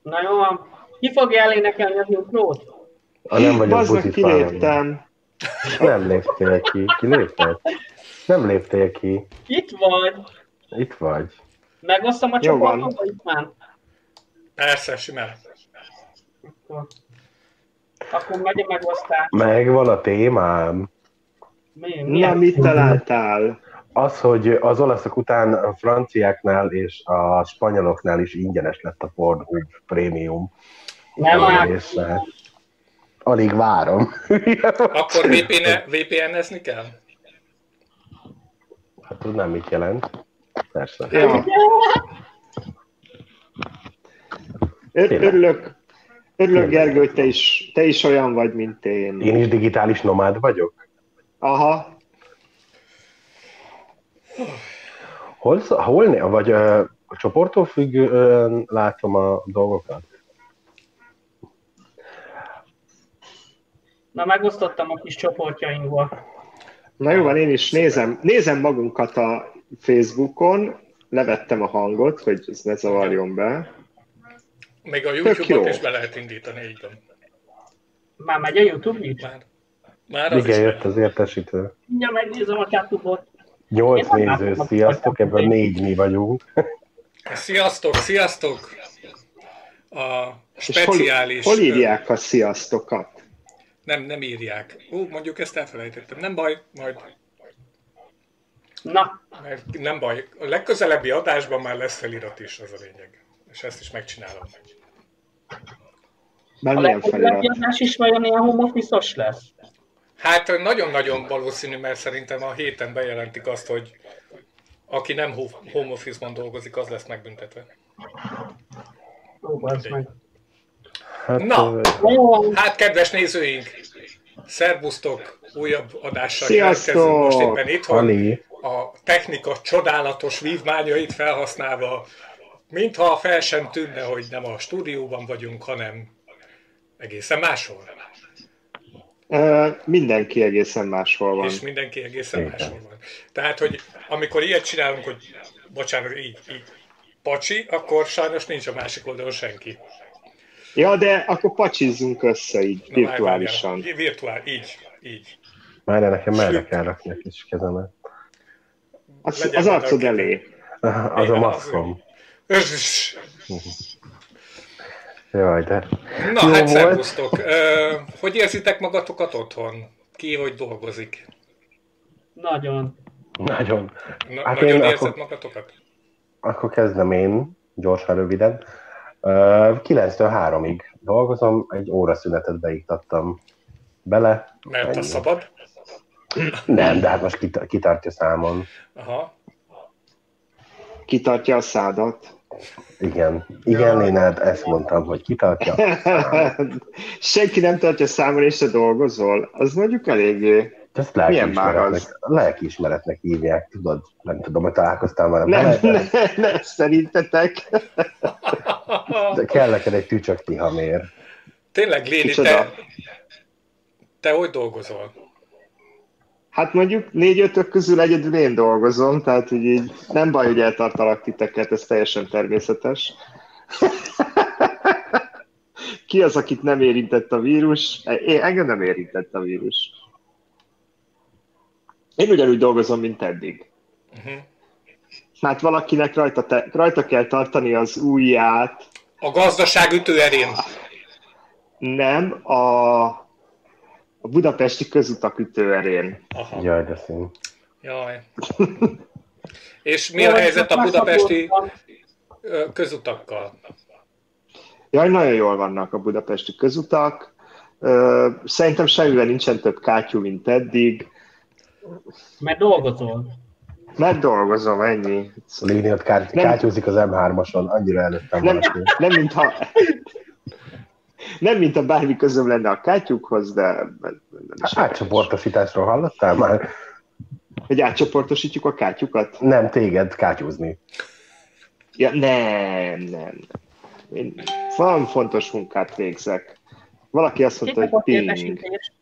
Na jó, ki fogja elénekelni az intrót? Nem vagyok Bazd meg, buszifálom. kiléptem. Nem léptél ki. Ki lépett? Nem léptél ki. Itt vagy. Itt vagy. Megosztom a Jó van. csoportomba itt már? Persze, simán. Akkor megy a megosztás. Megvan a témám. Na, mit találtál? Az, hogy az olaszok után a franciáknál és a spanyoloknál is ingyenes lett a Pornhub Premium. Nem áll. És alig várom. Akkor VPN-ezni kell? Hát tudnám, mit jelent. Persze. Ja. Örülök, Gergő, hogy te is olyan vagy, mint én. Én is digitális nomád vagyok? Aha. Hol vagy a csoporttól függően látom a dolgokat? Na, megosztottam a kis csoportjainkba. Na jó van, én is nézem magunkat a Facebookon, levettem a hangot, hogy ez ne zavarjon be. Még a YouTube-ot is be lehet indítani, így van. Már megy a YouTube is? Már az Igen, is jött az értesítő. Mindjárt megnézem a YouTube-ot. 8 néző, sziasztok, ebből 4 mi vagyunk. Sziasztok! A És speciális... hol írják a sziasztokat? Nem írják. Mondjuk ezt elfelejtettem. Nem baj, majd... Na. Mert nem baj. A legközelebbi adásban már lesz felirat is, az a lényeg. És ezt is megcsinálom. A legközelebbi adás is vajon ilyen home office-os lesz? Hát nagyon-nagyon valószínű, mert szerintem a héten bejelentik azt, hogy aki nem home office-ban dolgozik, az lesz megbüntetve. Na, hát kedves nézőink, szervusztok, újabb adással jelentkezünk most éppen itthon. A technika csodálatos vívmányait felhasználva, mintha fel sem tűnne, hogy nem a stúdióban vagyunk, hanem egészen máshol. Mindenki egészen máshol van. És mindenki egészen máshol van. Tehát, hogy amikor ilyet csinálunk, hogy bocsánat, így pacsi, akkor sajnos nincs a másik oldalon senki. Ja, de akkor pacsizzunk össze így, virtuálisan. Így. Már nekem merre kell rakni a kis kezemet. Az arcod elé. Az a maszkom. Jaj, de... Na, jó hát szervusztok. Hogy érzitek magatokat otthon? Ki hogy dolgozik? Nagyon. Nagyon érzed magatokat? Akkor kezdem én, gyorsan, röviden. 9-től 3-ig dolgozom, egy óraszünetet beiktattam bele. Mert a szabad? Nem, de hát most kitartja számon. Aha. Kitartja a szádat? Igen, én ezt mondtam, hogy kitartja. Senki nem tartja számon, és te dolgozol? Az mondjuk eléggé... Ezt lelkiismeretnek hívják, tudod? Nem tudom, hogy találkoztál már. Nem, szerintetek. De kell neked egy tücsök tihamér. Tényleg, Léni, te hogy dolgozol? Hát mondjuk 4-5 közül egyedül én dolgozom, tehát hogy így nem baj, hogy eltartalak titeket, ez teljesen természetes. Ki az, akit nem érintett a vírus? Engem nem érintett a vírus. Én ugyanúgy dolgozom, mint eddig. Hát valakinek rajta kell tartani az ujját. A gazdaság ütőerén. Nem, a budapesti közutak ütőerén. Aha. Jaj, de szín. Jaj. És mi a helyzet a budapesti közutakkal? Jaj, nagyon jól vannak a budapesti közutak. Szerintem semmivel nincsen több kátyú, mint eddig. Mert dolgozol. Mert dolgozom, ennyi. Léni ott kátyúzik az M3-ason, annyira előttem valaki. Nem, mint a bármi közöm lenne a kátyúkhoz, de... Átcsoportosításról hallottál már? Hogy átcsoportosítjuk a kátyukat? Nem, téged kátyúzni. Ja, nem. Én valami fontos munkát végzek. Valaki azt mondta, hogy ping.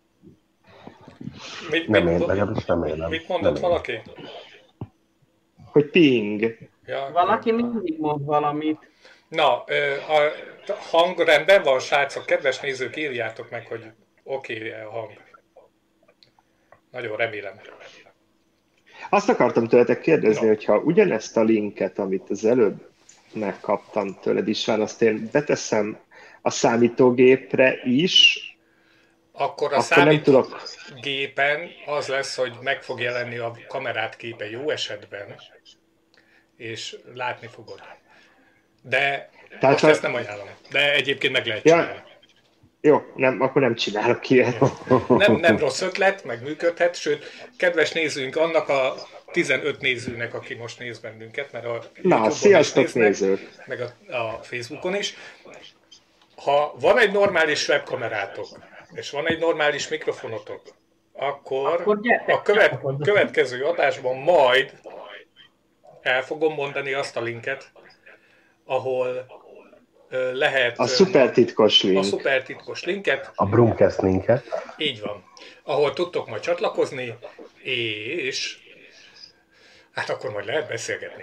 Nem én, legalábbis nem élem. Mit mondott valaki? Hogy ping. Ja, valaki mindig mond valamit. Na, a hang rendben van, srácok, kedves nézők, írjátok meg, hogy oké a hang. Nagyon remélem. Azt akartam tőletek kérdezni, hogyha ugyanezt a linket, amit az előbb megkaptam tőled István, azt én beteszem a számítógépre is, akkor a számítógépen az lesz, hogy meg fog jelenni a kamerát képe jó esetben, és látni fogod. De tehát most ezt nem ajánlom. De egyébként meg lehet csinálni. Jó, akkor nem csinálok ilyet. Nem rossz ötlet, meg működhet, sőt, kedves nézőink, annak a 15 nézőnek, aki most néz bennünket, mert a YouTube-on sziasztok is néznek, nézők. Meg a Facebookon is. Ha van egy normális webkamerátok, és van egy normális mikrofonotok, akkor a következő adásban majd el fogom mondani azt a linket, ahol lehet... A szupertitkos link. A szupertitkos linket. A Brumcast linket. Így van. Ahol tudtok majd csatlakozni, és hát akkor majd lehet beszélgetni.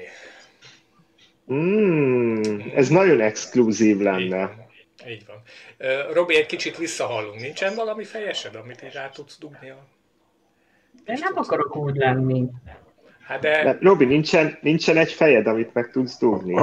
Ez nagyon exkluzív lenne. Így van. Robi, egy kicsit visszahallunk. Nincsen valami fejesed, amit így rá tudsz dugni? Én nem akarok úgy lenni. Hát de... Robi, nincsen egy fejed, amit meg tudsz dugni.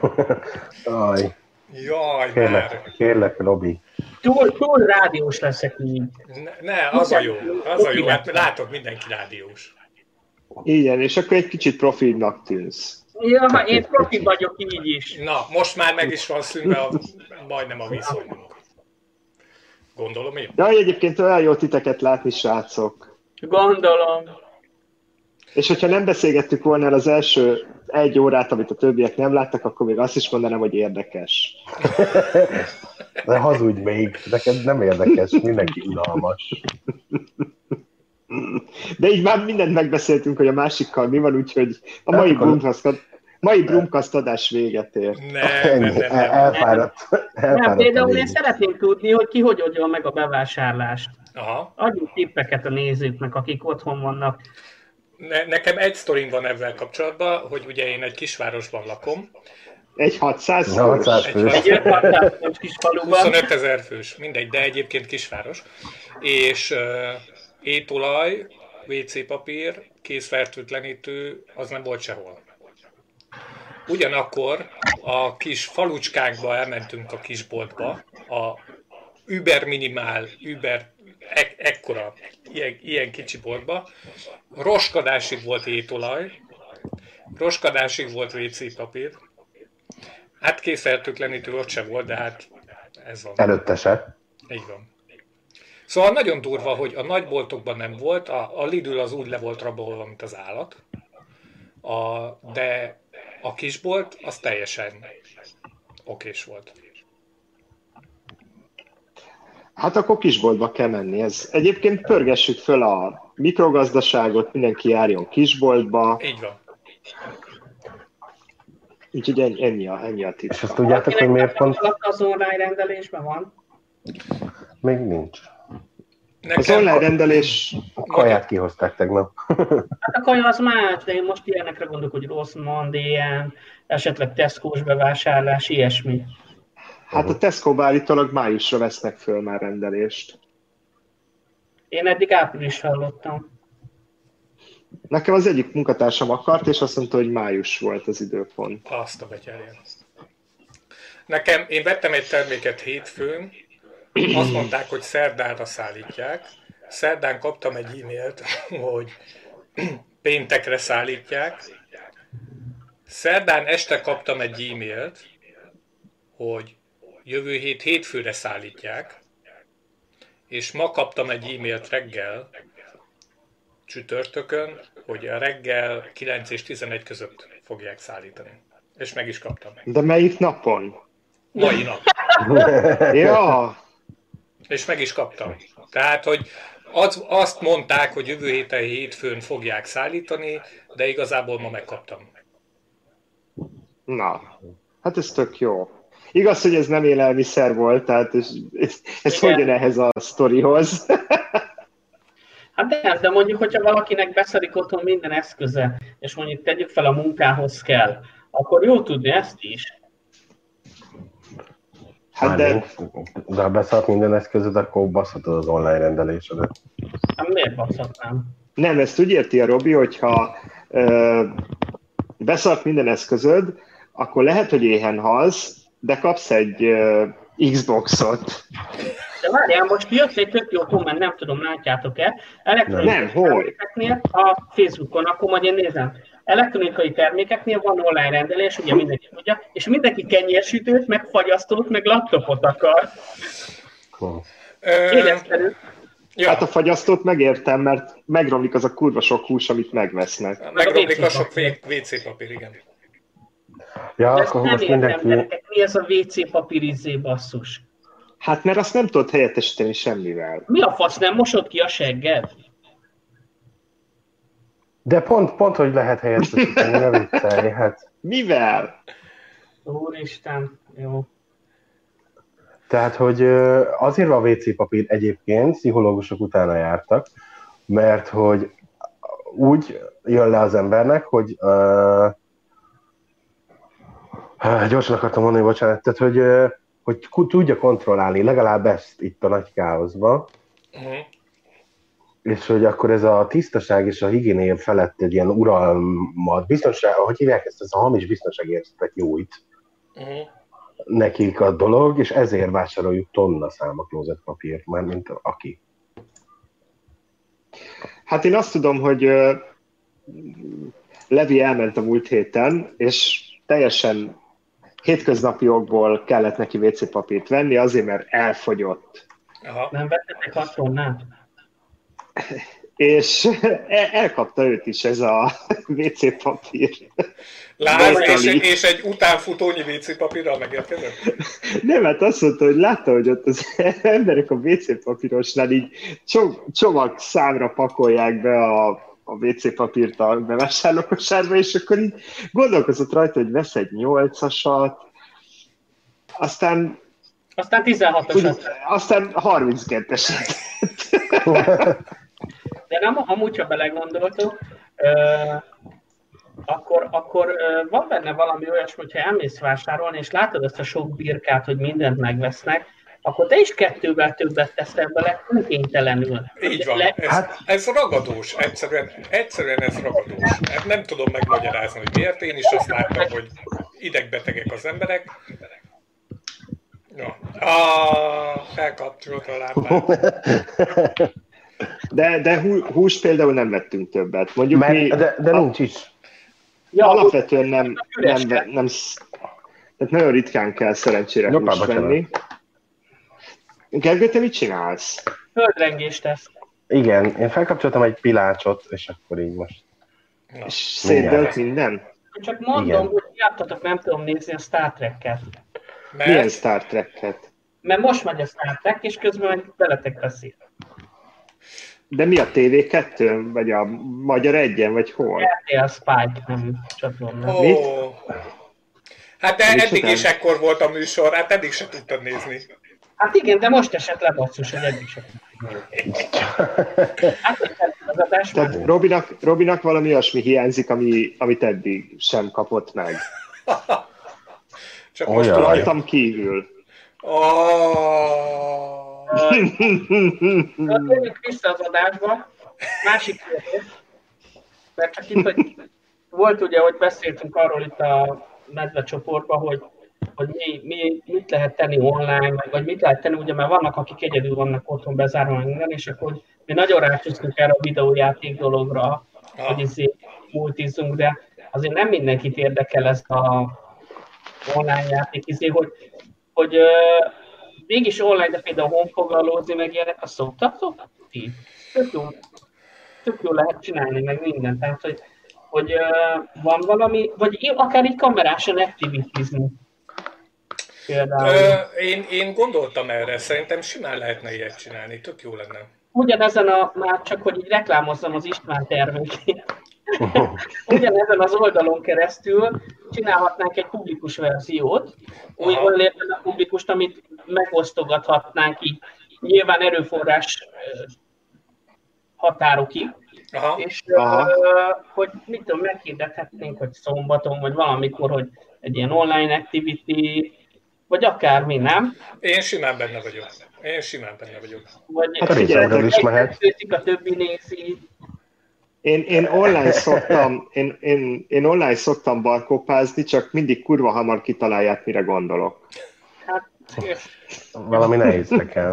Jaj, kérlek, Robi. Túl rádiós leszek így. Ne, az a jó. Hát látod, mindenki rádiós. Igen, és akkor egy kicsit profilnak tűnsz. Ja, én profi vagyok így is. Na, most már meg is van szűnve majdnem a viszonyunk. Gondolom én. Ja, egyébként olyan jó titeket látni, srácok. Gondolom. És hogyha nem beszélgettük volna el az első 1 órát, amit a többiek nem láttak, akkor még azt is mondanám, hogy érdekes. De hazudj még, neked nem érdekes, mindenki unalmas. De így már mindent megbeszéltünk, hogy a másikkal mi van, úgyhogy a mai Brumcast adás véget ér. Elfáradt. Például én szeretném tudni, hogy ki hogy oldja meg a bevásárlást. Aha. Adjunk tippeket a nézőknek, akik otthon vannak. Nekem egy sztorim van ezzel kapcsolatban, hogy ugye én egy kisvárosban lakom. Egy 600 fős. Egy 500 fős kisfaluban. 25 000 fős, mindegy, de egyébként kisváros. És étolaj, WC papír, kézfertőtlenítő, az nem volt sehol. Ugyanakkor a kis falucskánkba elmentünk a kisboltba, a überminimál, ekkora, ilyen kicsi boltba. Roskadásig volt étolaj, roskadásig volt WC papír. Hát kézfertőtlenítő ott sem volt, de hát ez van. Előtte se. Így van. Szóval nagyon durva, hogy a nagyboltokban nem volt, a Lidl az úgy le volt rabolva, mint az állat, de a kisbolt az teljesen okés volt. Hát akkor kisboltba kell menni. Egyébként pörgessük föl a mikrogazdaságot, mindenki járjon kisboltba. Így van. Úgyhogy ennyi a titka. És azt tudjátok, hogy miért pont... Az online rendelésben van? Még nincs. Az online rendelés... A kaját kihozták tegnap. Hát a kaja az más, de én most ilyenekre gondolok, hogy Rossmann, DM, esetleg Tesco-s bevásárlás, ilyesmi. Hát a Tesco-ba állítólag májusra vesznek föl már rendelést. Én eddig április hallottam. Nekem az egyik munkatársam akart, és azt mondta, hogy május volt az időpont. Azt a betyárján. Én vettem egy terméket hétfőn, azt mondták, hogy szerdánra szállítják. Szerdán kaptam egy e-mailt, hogy péntekre szállítják. Szerdán este kaptam egy e-mailt, hogy jövő hétfőre szállítják, és ma kaptam egy e-mailt reggel, csütörtökön, hogy a reggel 9 és 11 között fogják szállítani. És meg is kaptam. De melyik napon? Mai nap. Ja. És meg is kaptam. Tehát, hogy azt mondták, hogy jövő hétfőn fogják szállítani, de igazából ma megkaptam. Na, hát ez tök jó. Igaz, hogy ez nem élelmiszer volt, tehát ez hogy jön ehhez a sztorihoz? Hát de mondjuk, hogyha valakinek beszarik otthon minden eszköze, és mondjuk tegyük fel a munkához kell, akkor jó tudni ezt is. Hát de ha beszart minden eszközöd, akkor baszhatod az online rendelésedet. Hát miért baszhatnám? nem, ezt úgy érti a Robi, hogyha beszart minden eszközöd, akkor lehet, hogy éhen halsz, de kapsz egy Xboxot. De várjál, most jött egy tök jó komment, nem tudom, látjátok-e? Nem, hol? Termékeknél a Facebookon, akkor majd én nézem. Elektronikai termékeknél van online rendelés, ugye mindenki tudja, és mindenki kenyérsütőt, meg fagyasztót, meg laptopot akar. Éleszteni. Ja. Hát a fagyasztót megértem, mert megromlik az a kurva sok hús, amit megvesznek. Megromlik a sok WC papír, igen. Ja, De akkor nem most értem, mindenki... gyerekek, mi ez a WC papír basszus? Hát mert azt nem tudod helyettesíteni semmivel. Mi a fasz, nem mosod ki a segged? De pont, hogy lehet helyettesíteni, ne viccelj, hát. Mivel? Úristen, jó. Tehát, hogy azért van WC papír egyébként, pszichológusok utána jártak, mert hogy úgy jön le az embernek, hogy gyorsan akartam mondani, bocsánat, tehát, hogy tudja kontrollálni, legalább ezt itt a nagy káoszban, és hogy akkor ez a tisztaság és a higiénia felett egy ilyen uralmat, biztonság, hogy hívják ezt, ez a hamis biztonságérzetet nyújt nekik a dolog, és ezért vásároljuk tonna számok klózettpapírt, már mint aki. Hát én azt tudom, hogy Levi elment a múlt héten, és teljesen hétköznapi okból kellett neki WC papírt venni, azért, mert elfogyott. Aha. Nem vettetek 6 tonnát? És elkapta őt is ez a WC papír. És egy utánfutónyi WC papírral megérkezett? Nem, hát azt mondta, hogy látta, hogy ott az emberek a WC papírosnál így csomag számra pakolják be a WC papírt a bevásárlókosárba, és akkor így gondolkozott rajta, hogy vesz egy 8-asat, aztán 16-osat. Aztán 32-eset. De nem, amúgy, ha belegondoltok, akkor van benne valami olyasmi, hogyha elmész vásárolni, és látod ezt a sok birkát, hogy mindent megvesznek, akkor te is 2-vel többet teszel bele, önkéntelenül. Így van. Ez ragadós. Egyszerűen ez ragadós. Nem tudom megmagyarázni, hogy miért. Én is azt láttam, hogy idegbetegek az emberek. Ja. Felkapcsolt a lámpát. De hús például nem vettünk többet. Mondjuk de nincs is. Ja, alapvetően nem tehát nagyon ritkán kell szerencsére húst venni. Gergő, te mit csinálsz? Földrengést tesz. Igen, én felkapcsoltam egy pilácsot, és akkor így most. És szétdőlt minden? Csak mondom, hogy játszatok, nem tudom nézni a Star Trek-ket. Milyen Star Trek-et? Mert most megy a Star Trek, és közben veletek beszél. De mi a TV2? Vagy a Magyar Egyen, vagy hol? RTL Spike, nem csatorna. Mit? Hát de eddig is ekkor volt a műsor, hát eddig se tudtad nézni. Hát igen, de most esett le basszus, hogy eddig sem. Tehát Robinak valami olyasmi hiányzik, amit eddig sem kapott meg. Csak most rajtam kívül. Térjünk vissza az adásba. Másik kérdés. Mert csak itt, hogy volt ugye, hogy beszéltünk arról itt a medve csoportban, hogy mit lehet tenni online, vagy mit lehet tenni, ugye, mert vannak, akik egyedül vannak otthon bezárva minden, és akkor mi nagyon rácsúsztunk erre a videójáték dologra, hogy multizzunk, de azért nem mindenkit érdekel ez a online játék, hogy mégis online, de például honfoglalózni meg ilyenek, azt szoktatok? Tök jó lehet csinálni meg mindent, tehát hogy van valami, vagy akár így kamerásan activitizni. Én gondoltam erre, szerintem simán lehetne ilyet csinálni, tök jó lenne. Ugyanezen már csak, hogy így reklámozzam az István termékét. Ugyanezen az oldalon keresztül csinálhatnánk egy publikus verziót, olyan értem a publikust, amit megosztogathatnánk így, nyilván erőforrás határokig, és hogy mit tudom, meghirdethetnénk, hogy szombaton, vagy valamikor, hogy egy ilyen online activity, vagy akármi, nem? Én simán benne vagyok. Vagy hát figyelj, is mehet. A többi nézi. Én online szoktam barkópázni, csak mindig kurva hamar kitalálják, mire gondolok. Hát, valami nehézre kell.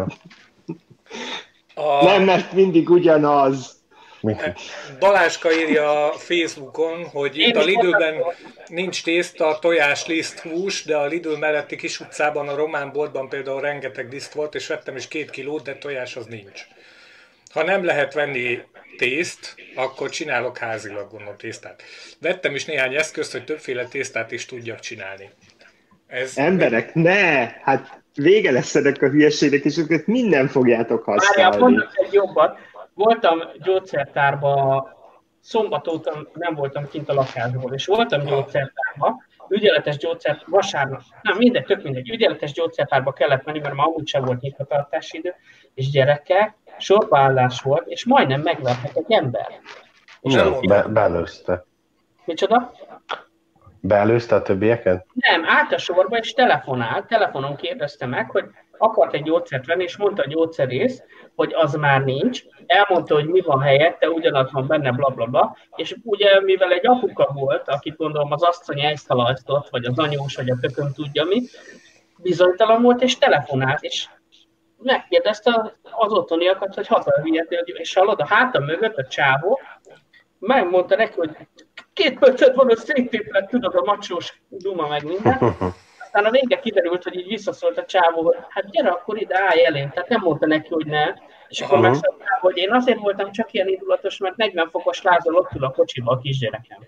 Nem, mert mindig ugyanaz. Baláska írja a Facebookon, hogy itt a Lidlben nincs tészta, tojás, liszt, hús, de a Lidl melletti kis utcában, a román boltban például rengeteg liszt volt, és vettem is 2 kilót, de tojás az nincs. Ha nem lehet venni tészt, akkor csinálok házilag, gondolom, tésztát. Vettem is néhány eszközt, hogy többféle tésztát is tudjak csinálni. Emberek, ne! Hát vége lesz ennek a hülyeségnek, és őket minden fogjátok használni. Várjál, mondok egy jobbat. Voltam gyógyszertárban, szombat óta nem voltam kint a lakásból, és voltam gyógyszertárban, ügyeletes gyógyszer, vasárnap, nem mindegy, tök mindegy, ügyeletes gyógyszertárba kellett menni, mert már amúgy sem volt nyitvatartási idő, és gyerekek, sorbaállás volt, és majdnem megvertek egy ember. Beelőzte. Micsoda? Beelőzte a többieket? Nem, állt a sorba, és telefonon kérdezte meg, hogy akart egy gyógyszert venni, és mondta a gyógyszerész, hogy az már nincs, elmondta, hogy mi van helyette, ugyanaz van benne, blablabla, és ugye, mivel egy apuka volt, akit gondolom az asszony elszalajtott, vagy az anyós, vagy a tököm tudja mi, bizonytalan volt, és telefonált, és megkérdezte az otthoniakat, hogy hatalvihető, és hallod, a hátam mögött a csávó, megmondta neki, hogy 2 percet van, hogy széttéplet, tudod, a macsós duma meg minden. Aztán a vége kiderült, hogy így visszaszólt a csávó, hogy hát gyere akkor ide, állj elém. Tehát nem mondta neki, hogy ne. És akkor megszólta, hogy én azért voltam csak ilyen indulatos, mert 40 fokos lázon ott ül a kocsiba a kisgyerekem.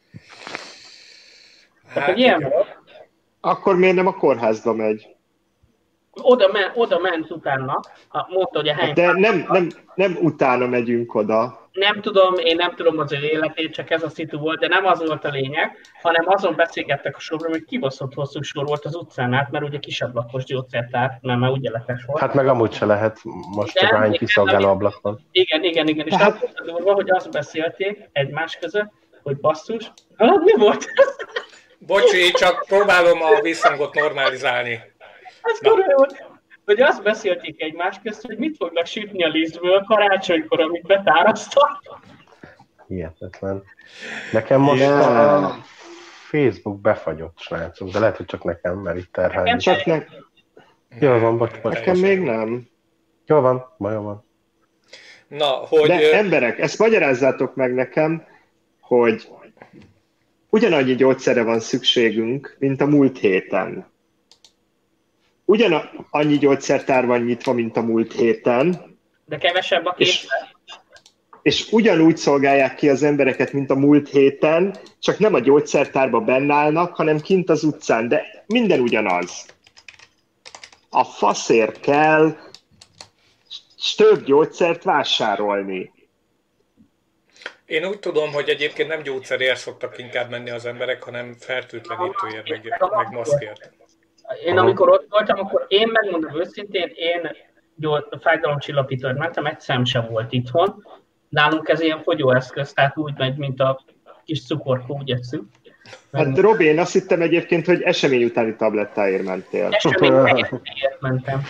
Tehát, hogy ilyen volt. Akkor miért nem a kórházba megy? Oda ment utána, mondta, hogy a hely... De nem utána megyünk oda. Én nem tudom az ő életét, csak ez a szitu volt, de nem az volt a lényeg, hanem azon beszélgettek a sorban, hogy kibaszott hosszú sor volt az utcán át, mert ugye kisablakos gyógyszertár, nem ügyeletes volt. Hát meg amúgy se lehet, most csak hány kiszolgáló ablak van. Igen, és hát volt a durva, hogy azt beszélték egymás között, hogy basszus, mi volt ez? Bocsi, csak próbálom a visszhangot normalizálni. Ez kurva volt. Hogy azt beszélték egymás közt, hogy mit fognak sütni a lisztből karácsonykor, amit betárasztak. Hihetetlen. Nekem most a Facebook befagyott, srácok, de lehet, hogy csak nekem, mert itt terhelni. Csak Jól van, bocs. Nekem még nem. Jól van, bajom van. Na, hogy... De emberek, ezt magyarázzátok meg nekem, hogy ugyanannyi gyógyszerre van szükségünk, mint a múlt héten. Ugyanannyi gyógyszertár van nyitva, mint a múlt héten. De kevesebb a képzel. És ugyanúgy szolgálják ki az embereket, mint a múlt héten, csak nem a gyógyszertárba bennállnak, hanem kint az utcán, de minden ugyanaz. A faszért kell több gyógyszert vásárolni. Én úgy tudom, hogy egyébként nem gyógyszerért szoktak inkább menni az emberek, hanem fertőtlenítőért, meg maszkért. Én amikor ott voltam, akkor én megmondom őszintén, én fájdalomcsillapítóért mentem, egy szem sem volt itthon. Nálunk ez ilyen fogyóeszköz, tehát úgy megy, mint a kis cukorkó, úgy eszünk. Hát Robi, én azt hittem egyébként, hogy esemény utáni tablettáért mentél. Esemény mentem.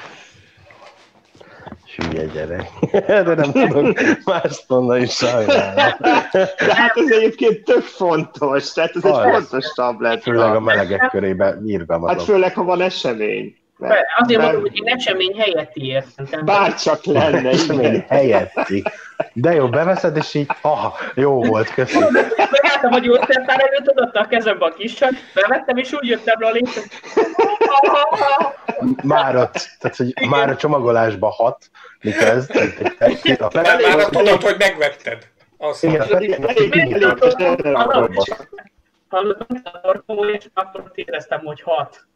Hülye gyerek. De nem tudok mást mondani, sajnálom. De hát ez egyébként tök fontos, tehát ez egy fontos tabletta. Főleg a melegek körében irgalmatlan. Hát főleg, ha van esemény. Azért mondom, hogy én esemény helyetti értem. Bárcsak lenne. Esemény helyetti. De jó, beveszed, és így, aha, jó volt, köszönöm. Megálltam a gyógyszertár előtt, adta a kezembe a kissat, bevettem, és úgy jöttem le a lépcsőn. Már a csomagolásba hat, mi kezd. Már tudod, hogy megvetted. Hallottam a torkomból, és akkor éreztem, hogy hat.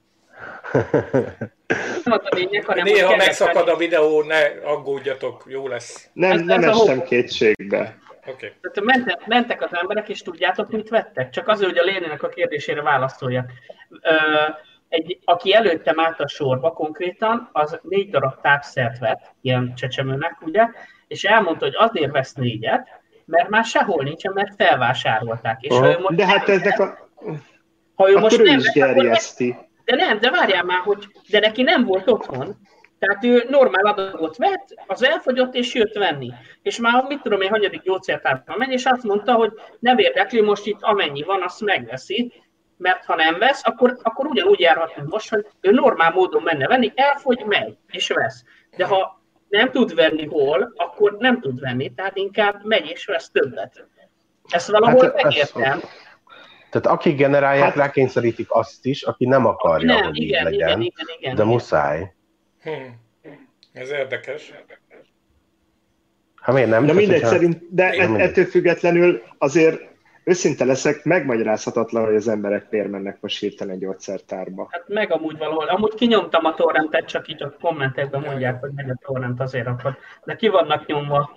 Néha megszakad a videó, ne aggódjatok, jó lesz. Nem estem kétségbe. Okay. Mentek az emberek, és tudjátok, mit vettek? Csak azért, hogy a Lénének a kérdésére válaszoljak. Aki előttem állt a sorba konkrétan, az 4 darab tápszert vett, ilyen csecsemőnek, ugye, és elmondta, hogy azért vesz 4-et, mert már sehol nincsen, mert felvásárolták. És de hát ezek ha ő most ő nem is gerjeszti. De várjál már, de neki nem volt otthon. Tehát ő normál adagot vett, az elfogyott és jött venni. És már mit tudom én, hanyadik gyógyszertárban megy, és azt mondta, hogy nem érdekli, most itt amennyi van, azt megveszi, mert ha nem vesz, akkor ugyanúgy járhatunk most, hogy ő normál módon menne venni, elfogy, megy és vesz. De ha nem tud venni hol, akkor nem tud venni, tehát inkább megy és vesz többet. Ezt valahol megértem. Tehát akik generálják, rákényszerítik azt is, aki nem akarja, hogy így legyen. Igen, de muszáj. Ez érdekes. Hát miért nem? De mindegy szerint, de ettől függetlenül azért őszinte leszek, megmagyarázhatatlan, hogy az emberek miért mennek most hirtelen egy gyógyszertárba. Hát meg amúgy valahol. Amúgy kinyomtam a torrentet, csak így a kommentekben mondják, hogy megy a torrent, azért akar. De ki vannak nyomva?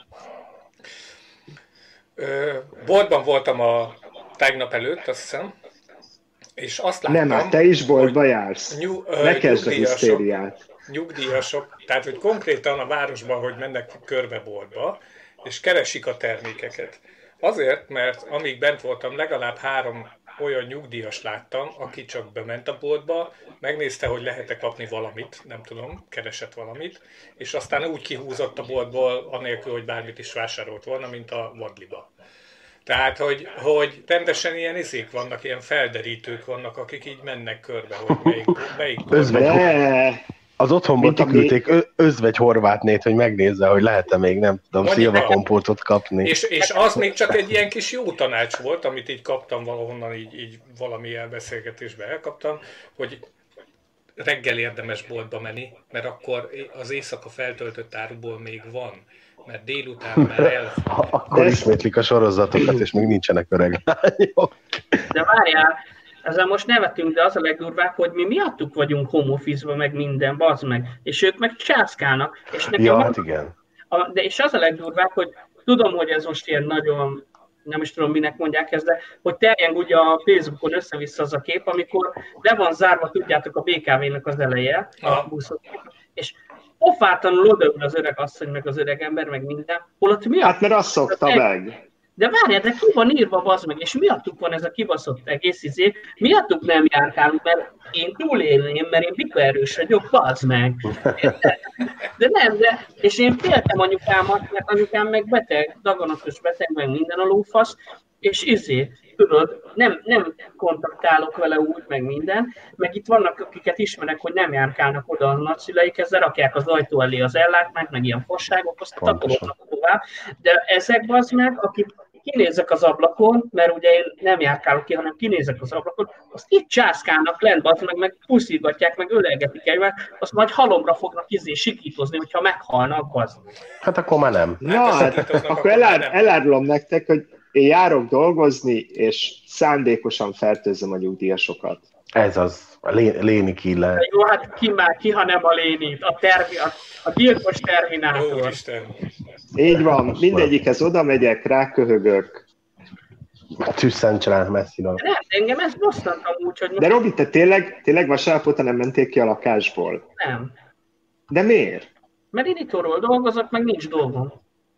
Boltban voltam a tegnap előtt, azt hiszem, és azt láttam... Nem, hát te is boltba jársz. Ne kezd a hisztériát. Nyugdíjasok, tehát hogy konkrétan a városban, hogy mennek körbe boltba, és keresik a termékeket. Azért, mert amíg bent voltam, legalább 3 olyan nyugdíjas láttam, aki csak bement a boltba, megnézte, hogy lehet-e kapni valamit, nem tudom, keresett valamit, és aztán úgy kihúzott a boltból, anélkül, hogy bármit is vásárolt volna, mint a vadliba. Tehát, hogy rendesen ilyen izék vannak, ilyen felderítők vannak, akik így mennek körbe, hogy melyik az otthonból kiküldték özvegy horvátnét, hogy megnézze, hogy lehet-e még, nem tudom, szilvakompótot kapni. És az még csak egy ilyen kis jó tanács volt, amit így kaptam valahonnan, így valami elbeszélgetésben elkaptam, hogy reggel érdemes boltba menni, mert akkor az éjszaka feltöltött áruból még van, mert délután már elfogy. Akkor ismétlik a sorozatokat, és még nincsenek öreg lányok. De várjál, ezzel most nevetünk, de az a legdurvább, hogy mi miattuk vagyunk home office-ban, meg minden, bazd meg, és ők meg császkálnak. És ja, hát igen. És az a legdurvább, hogy tudom, hogy ez most ilyen nagyon, nem is tudom, minek mondják ezt, de hogy terjeng ugye a Facebookon össze-vissza az a kép, amikor le van zárva, tudjátok, a BKV-nek az eleje, a buszok, és pofátlanul odaül az öreg asszony, meg az öreg ember, meg minden. Holott mi hát mert azt szokta meg. De várjál, de ki van írva, bazd meg, és miattuk van ez a kibaszott egész izé, miattuk nem járkálunk, mert én túlélném, mert én bikaerős vagyok, bazd meg. De nem, és én féltem anyukámat, mert anyukám meg beteg, daganatos beteg, meg minden a lófasz, és tudod, nem kontaktálok vele úgy, meg minden, meg itt vannak, akiket ismerek, hogy nem járkálnak oda a nagyszüleikhez, de rakják az ajtó elé az ellátmányt, meg ilyen fasságok, azt takarolnak tovább, de ezek bazd meg, akik kinézek az ablakon, mert ugye én nem járkálok ki, hanem kinézek az ablakon, azt itt császkálnak lent, bazd meg puszilgatják, meg ölelgetik egymást, azt majd halomra fognak sikítozni, hogyha meghalnak, bazd. Hát akkor már nem. Na, akkor elárulom nektek, hogy én járok dolgozni, és szándékosan fertőzöm a nyugdíjasokat. Ez az, a Léni killer. Jó, hát ki, ha nem a Lénit, a gyilkos Terminátor. Úristen. Így van, mindegyikhez oda megyek, ráköhögök. Tüsszentsenek messziről. Nem, engem ezt bosszantam úgy, hogy... De Robi, te tényleg vasárnap óta nem menték ki a lakásból? Nem. De miért? Mert én itthonról dolgozok, meg nincs dolgom.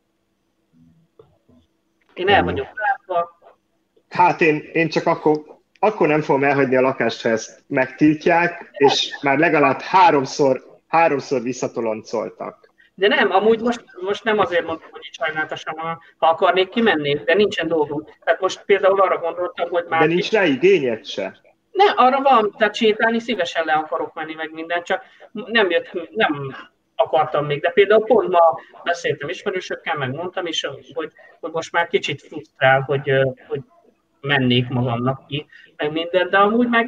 Én el vagyok látva. Hát én csak akkor nem fogom elhagyni a lakást, ha ezt megtiltják, és már legalább háromszor visszatoloncoltak. De nem, amúgy most nem azért mondtam, hogy így sajnálatosan, ha akarnék, kimennék, de nincsen dolgom. Tehát most például arra gondoltam, hogy már... De nincs rá igényed se? Ne, arra van, tehát sétálni szívesen le akarok menni, meg minden, csak nem akartam még. De például pont ma beszéltem ismerősökkel, meg mondtam is, hogy most már kicsit frusztrál, hogy mennék magamnak ki, meg minden, de amúgy meg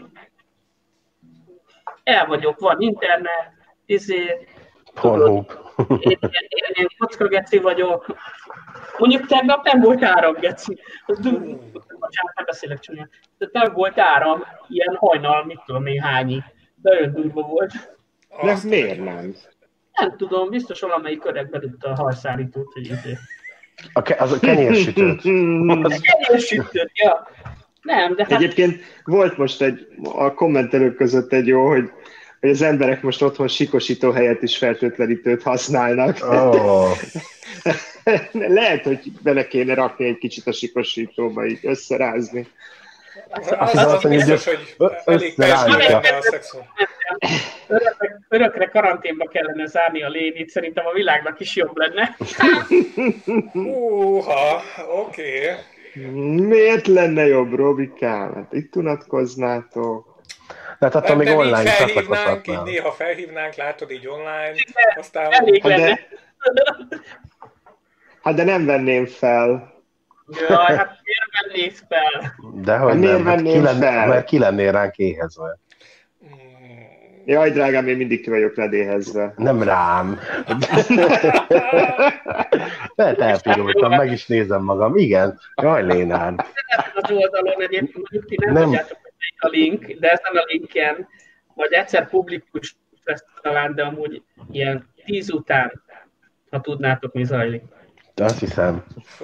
el vagyok, van internet, Pornhub. Én kockageci vagyok. Mondjuk tegnap nem volt áram, geci. Bocsánat, nem beszélek csúnyán. De nem volt áram, ilyen hajnal, mit tudom én hányi. De olyan durva volt. De miért nem? Nem tudom, biztos valamelyik öreg bedugta a hajszárítót, hogy ezért. Az a kenyérsütőt. A kenyérsütőt, ja. Nem, de hát... Egyébként volt most a kommentelők között egy jó, hogy az emberek most otthon sikosító helyett is fertőtlenítőt használnak. Oh. Lehet, hogy bele kéne rakni egy kicsit a sikosítóba, így összerázni. Az biztos, hogy elég persze a szexon. Örökre karanténba kellene zárni a lénit, szerintem a világnak is jobb lenne. Oké. Miért lenne jobb, Robikám? Hát itt unatkoznátok. Hát attól még online csatlakozhatnál. Így néha felhívnánk, látod így online, aztán... Elég lenne. Hát de nem venném fel. Jaj, hát miért vennék fel? Dehogy miért nem, fel? Mert ki lennél ránk éhezve. Jaj, drágám, én mindig ki vagyok rád éhezve. Nem rám. Lehet elpirultam, meg is nézem magam. Igen, jaj, Lénán. Az oldalon egyébként mondjuk ti nem tudjátok, hogy melyik a link, de ezen a linken, vagy egyszer publikus lesz talán, de amúgy ilyen 10 után, ha tudnátok, mi zajlik. Azt hiszem.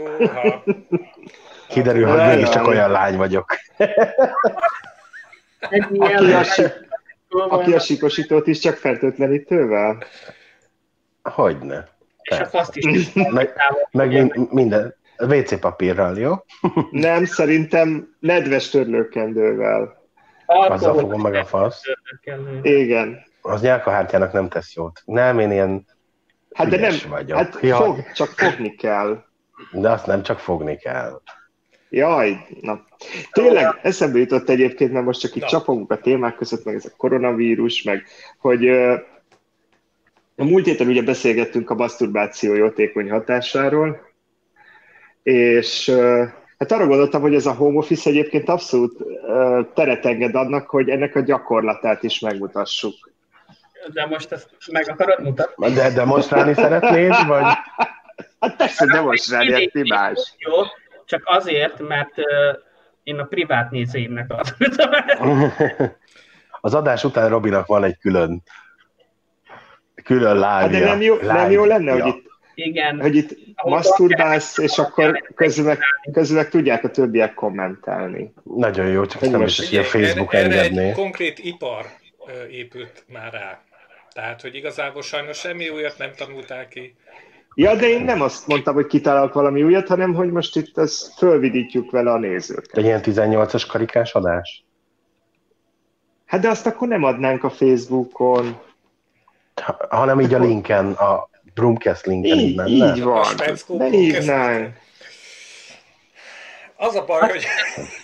Kiderül, hogy mégiscsak olyan lány vagyok. Aki a sikosítót is csak fertőtlenítővel? Hogyne. És a faszt is. Meg minden. WC papírral, jó? Nem, szerintem nedves törlőkendővel. Azzal fogom meg a fasz. Igen. Az nyálkahártyának nem tesz jót. Nem, én ilyen hát de nem, vagyok. Hát csak fogni kell. De azt nem csak fogni kell. Jaj, na. Tényleg eszembe jutott egyébként, mert most csak itt csapogunk a témák között, meg ez a koronavírus, meg hogy a múlt héten ugye beszélgettünk a maszturbáció jótékony hatásáról, és hát arra gondoltam, hogy ez a home office egyébként abszolút teret enged annak, hogy ennek a gyakorlatát is megmutassuk. De most ezt meg akarod mutatni? De demonstrálni szeretnéd, vagy? Hát persze demonstrálni, hát mi más. Jó, csak azért, mert én a privát nézőimnek adtam. Az adás után Robinak van egy külön lábja. De nem jó lenne, hogy itt, igen, hogy itt maszturbálsz, és akkor közülök tudják a többiek kommentálni. Nagyon jó, csak nem is, hogy a Facebook engedné. Erre egy konkrét ipar épült már rá. Tehát, hogy igazából sajnos semmi újat nem tanulták ki. Ja, de én nem azt mondtam, hogy kitalálok valami újat, hanem hogy most itt ezt fölvidítjuk vele a nézőket. Egy ilyen 18-as karikás adás? Hát de azt akkor nem adnánk a Facebookon. Hanem így a linken, a Brumcast linken így menne. Így van, de hívnánk. Az a baj, hogy...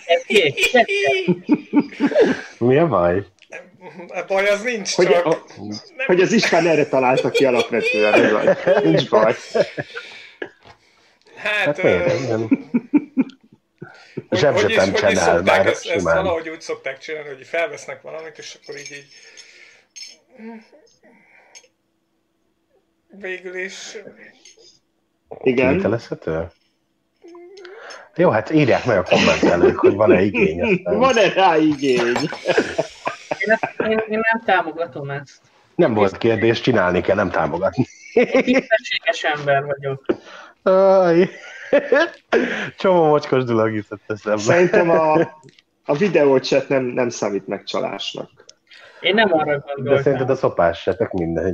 Mi a baj? A baj az nincs, csak... Hogy az István erre találta ki alapvetően, nincs baj. Hát zsebzsetem csinál már ezt valahogy úgy szokták csinálni, hogy felvesznek valamit, és akkor így végül is... Igen. Kivitelezhető? Jó, hát írják meg a kommentelők, hogy van-e igény. Van-e rá igény? Én nem támogatom ezt. Nem volt kérdés, csinálni kell, nem támogatni. Én tisztességes ember vagyok. Csomó mocskos dolog jutott eszembe. Szerintem a videóchat nem számít megcsalásnak. Én nem arra gondoltam. De szerinted a szopás se, tök mindegy.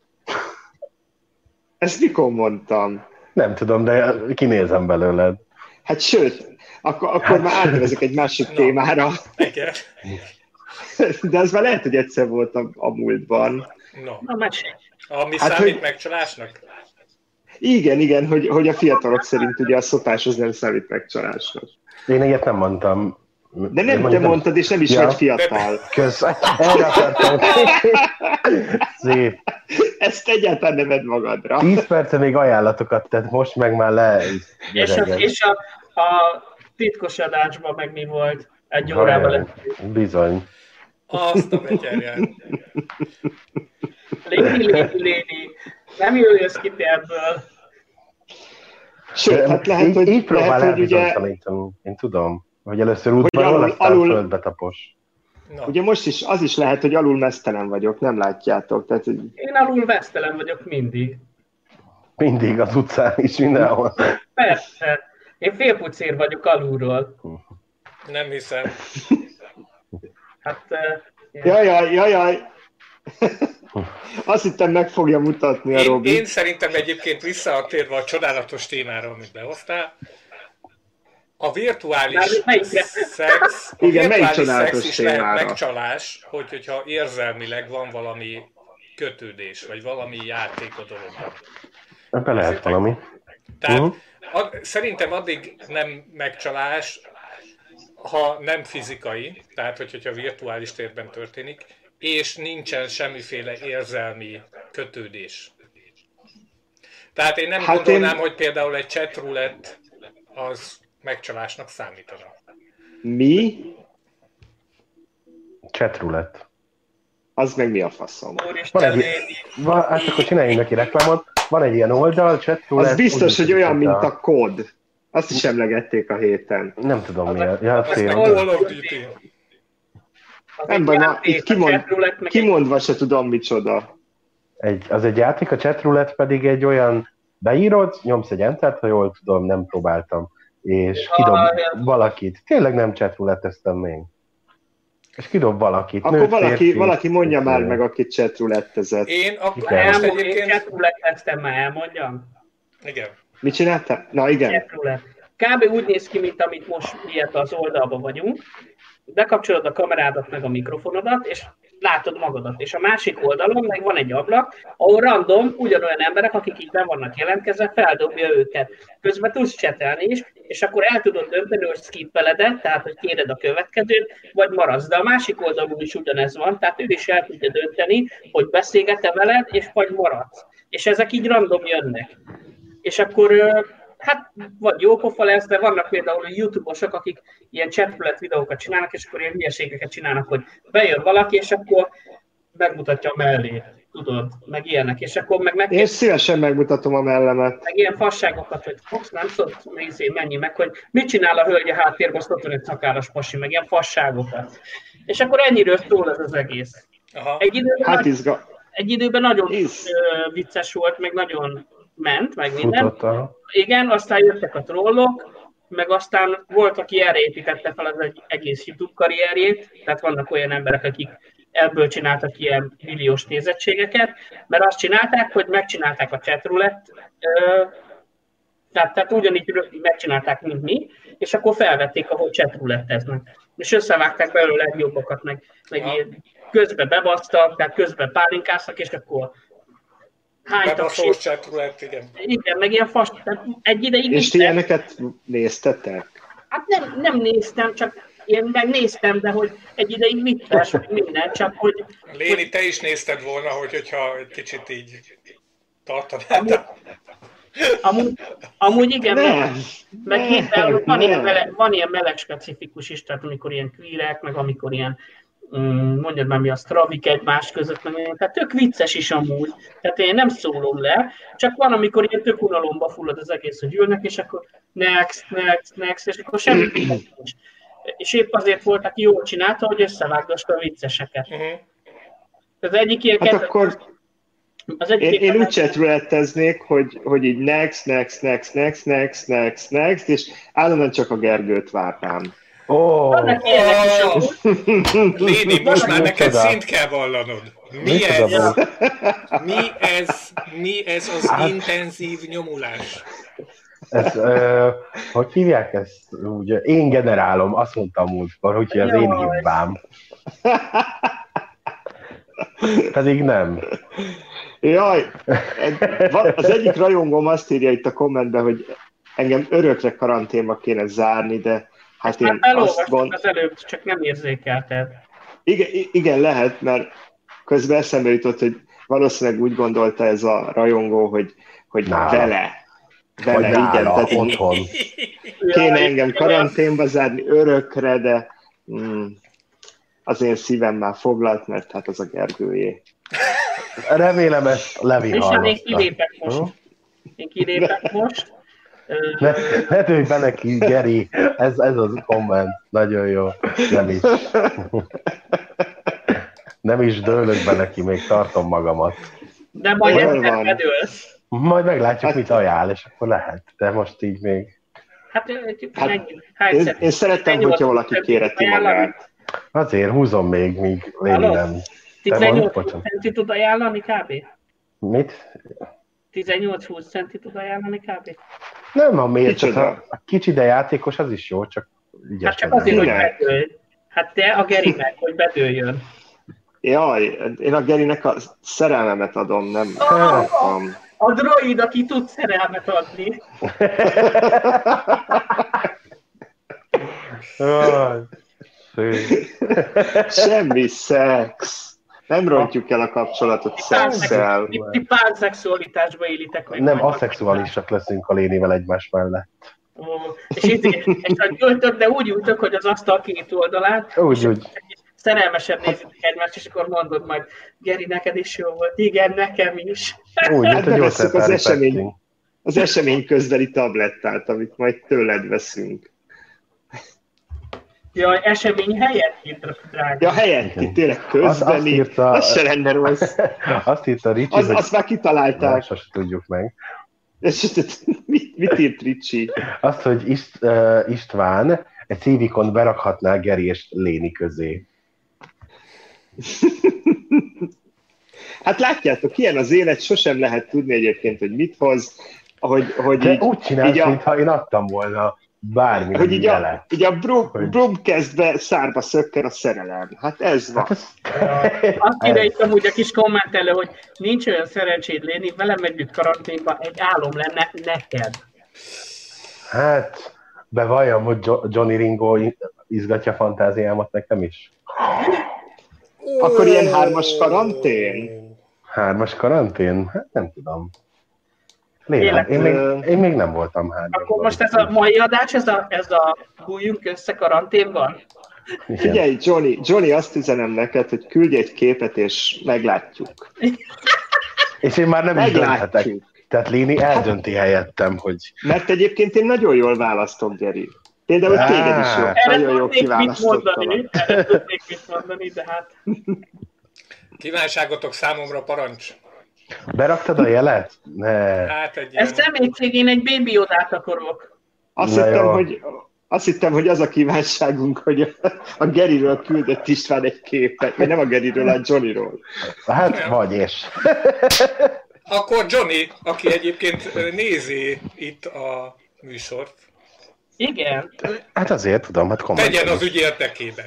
Ezt mikor mondtam? Nem tudom, de kinézem belőled. Hát sőt, akkor már átvezek egy másik témára. Igen. De az már lehet, hogy egyszer volt a múltban. Na, mesélj. Ami hát, számít hogy... megcsalásnak? Igen, hogy a fiatalok szerint ugye a szopás az nem számít megcsalásnak. Én ilyet nem mondtam. De nem te mondtad, és nem is vagy fiatal. Erre akartam. Szép. Ezt egyáltalán nem vedd magadra. 10 perce még ajánlatokat tett, most meg már le. És a titkos adásban meg mi volt? Egy órában lett. Bizony. Azt a betyárját. Léni. Nem jössz ki ebből. Sőt, hát lehet, hogy... Így próbál elbizonytalanítani. Én tudom, hogy először útban aztán földbe tapos. No. Ugye most is, az is lehet, hogy alul meztelen vagyok, nem látjátok. Tehát, hogy... Én alul meztelen vagyok mindig. Mindig az utcán is, mindenhol. Persze. Én félpucér vagyok alulról. Nem hiszem. Hát... Jaj. Azt hittem meg fogja mutatni a Robi. Én szerintem egyébként visszatérve a csodálatos témára, amit behoztál, A virtuális szex, is lehet megcsalás, hogyha érzelmileg van valami kötődés, vagy valami játék a dologban. Ebben lehet valami. Tehát szerintem addig nem megcsalás, ha nem fizikai, tehát hogyha virtuális térben történik, és nincsen semmiféle érzelmi kötődés. Tehát én nem gondolnám, hogy például egy chatroulette az megcsalásnak számítana. Mi? Chatroulette. Az meg mi a faszom? Hát akkor csináljunk neki reklámot. Van egy ilyen oldal, chatroulette. Az biztos, hogy olyan, mint a kód. Azt is emlegették a héten. Nem tudom miért. Ja, nem baj, itt kimondva se tudom micsoda. Az egy játék, a chatroulette pedig egy olyan, beírod, nyomsz egy entert, ha jól tudom, nem próbáltam, és kidob valakit. Tényleg nem chatroulette-eztem még. És kidob valakit. Akkor valaki mondja már meg, akit chatroulette-ezett. Én chatroulette-eztem, már elmondjam. Igen. Mit csináltál? Na igen. Kb. Úgy néz ki, mint amit most miért az oldalban vagyunk. Bekapcsolod a kamerádat meg a mikrofonodat, és látod magadat. És a másik oldalon meg van egy ablak, ahol random, ugyanolyan emberek, akik így be vannak jelentkezve, feldobja őket. Közben tudsz csetelni is, és akkor el tudod dönteni, hogy skippeled-e, tehát hogy kéred a következőt, vagy maradsz. De a másik oldalon is ugyanez van, tehát ő is el tudja dönteni, hogy beszélget-e veled, és vagy maradsz. És ezek így random jönnek. És akkor hát vagy jó pofa lesz, de vannak például YouTube-osok, akik ilyen chatroulette videókat csinálnak, és akkor ilyen hülyeségeket csinálnak, hogy bejön valaki, és akkor megmutatja a mellét, tudod, meg ilyenek, és akkor meg én szívesen megmutatom a mellemet. Meg ilyen fasságokat, hogy Fox nem szólt mennyi meg, hogy mit csinál a hölgy a háttérben, azt ott van egy szakállas pasi, meg ilyen fasságokat. És akkor ennyiről szól ez az egész. Egy időben nagyon vicces volt, meg nagyon ment, meg minden. Igen, aztán jöttek a trollok, meg aztán volt, aki erre építette fel az egész YouTube karrierjét, tehát vannak olyan emberek, akik ebből csináltak ilyen milliós nézettségeket, mert azt csinálták, hogy megcsinálták a chatroulette, tehát ugyanígy megcsinálták, mint mi, és akkor felvették, ahol chatroulette-eznek. És összevágták belőle legjobbakat, meg ilyen közbe bebasztak, tehát közbe pálinkáztak, és akkor hánytak. Igen, meg ilyen fast, egy ideig... És ti ilyeneket néztetek? Hát nem néztem, csak én megnéztem, de hogy egy ideig vicces, minden, csak hogy... Léni, te is nézted volna, hogyha egy kicsit így tartanád. Amúgy igen, meg van ilyen meleg specifikus is, tehát amikor ilyen queerek, meg amikor ilyen mondjad már mi a stravik egymás között, tehát tök vicces is amúgy, tehát én nem szólom le, csak van, amikor ilyen tök unalomba fullad az egész, hogy ülnek, és akkor next, és akkor semmi nincs. És épp azért volt, aki jól csinálta, hogy összevágdasta a vicceseket. Az egyik ilyen hát akkor én úgy chatroulette-eznék, hogy így next, és állandóan csak a Gergőt várnám. Léni, most már neked szint kell vallanod. Mi ez az intenzív nyomulás? Hogy hívják ezt? Úgy, én generálom, azt mondtam múltkor, hogy az én hibám. Pedig nem. Jaj, az egyik rajongóm azt írja itt a kommentben, hogy engem örökre karanténba kéne zárni, de hát én azt az előbb, csak nem érzékelted. Igen, lehet, mert közben eszembe jutott, hogy valószínűleg úgy gondolta ez a rajongó, hogy vele igen, tehát otthon. Kéne engem karanténba zárni örökre, de az én szívem már foglalt, mert hát az a Gergőjé. Remélem ezt Levi hallgatta. És én kilépek most. Ne tűnj be neki, Geri, ez az komment, nagyon jó, nem is dőlök be neki, még tartom magamat. De majd egyszer bedőlsz. Majd meglátjuk, mit ajánl, és akkor lehet, de most így még... Én szerettem, hogyha valaki kéreti magát. Azért húzom még, míg Léni nem. 18 centi tud ajánlani kb? Mit? 18-20 centi tud ajánlani kb? Nem, ha miért, a kicsi, de játékos az is jó, csak ügyes. Hát csak azért, hogy bedőlj. Hát te a Gerinek, hogy bedőljön. Jaj, én a Gerinek a szerelmemet adom, nem. A droid, aki tud szerelmet adni. Semmi szex. Nem rontjuk el a kapcsolatot szexszel. Ti pánszexualitásba élitek meg. Nem, aszexuálisak leszünk a Lénivel egymás mellett. És a gyújtök, de úgy ültök, hogy az asztal két oldalán. Úgy. Szerelmesen nézzük egymást, és akkor mondod majd, Geri, neked is jó volt. Igen, nekem is. Úgy, mint a gyógyszertári az esemény közbeli tablettát, amit majd tőled veszünk. Ja, esemény helyett, drága. Ja, helyett, tényleg közbeni. Az se lenne rossz. Azt írta Ricsi, azt már kitalálták. Sose tudjuk meg. Mit írt Ricsi? Azt, hogy István egy szívikon berakhatná Geri és Léni közé. Hát látjátok, ilyen az élet, sosem lehet tudni egyébként, hogy mit hoz. De így, úgy csinálsz, mintha én adtam volna bármi. Hogy így a brum kezd be szárba szökken a szerelem. Hát ez van. Azt ide itt amúgy a kis kommentelő, hogy nincs olyan szerencséd Léni, velem együtt karanténban egy álom lenne neked. Hát, bevalljam, hogy Johnny Ringo izgatja fantáziámat nekem is. Akkor ilyen 3-as karantén? 3-as karantén? Hát nem tudom. Én még nem voltam 3. Akkor most ez a mai adás, ez a bújjunk össze karanténban? Figyelj, Johnny, azt üzenem neked, hogy küldj egy képet, és meglátjuk. És én már nem is dönthetek. Tehát Léni eldönti helyettem, hogy... Mert egyébként én nagyon jól választom, Geri. Például téged is jó. Nagyon jó kiválasztottalak. Erre tudnék mit mondani, de hát... Kívánságotok számomra parancs. Beraktad a jelet? Ne. Hát ez személyiség, én egy Baby Yodát akarok. Azt hittem, hogy az a kívánságunk, hogy a Geriről küldött István egy képet, vagy nem a Geriről, a Johnnyról. Hát vagy és. Akkor Johnny, aki egyébként nézi itt a műsort. Igen. Hát azért tudom, hát komolyan. Tegyen az ügy érdekében.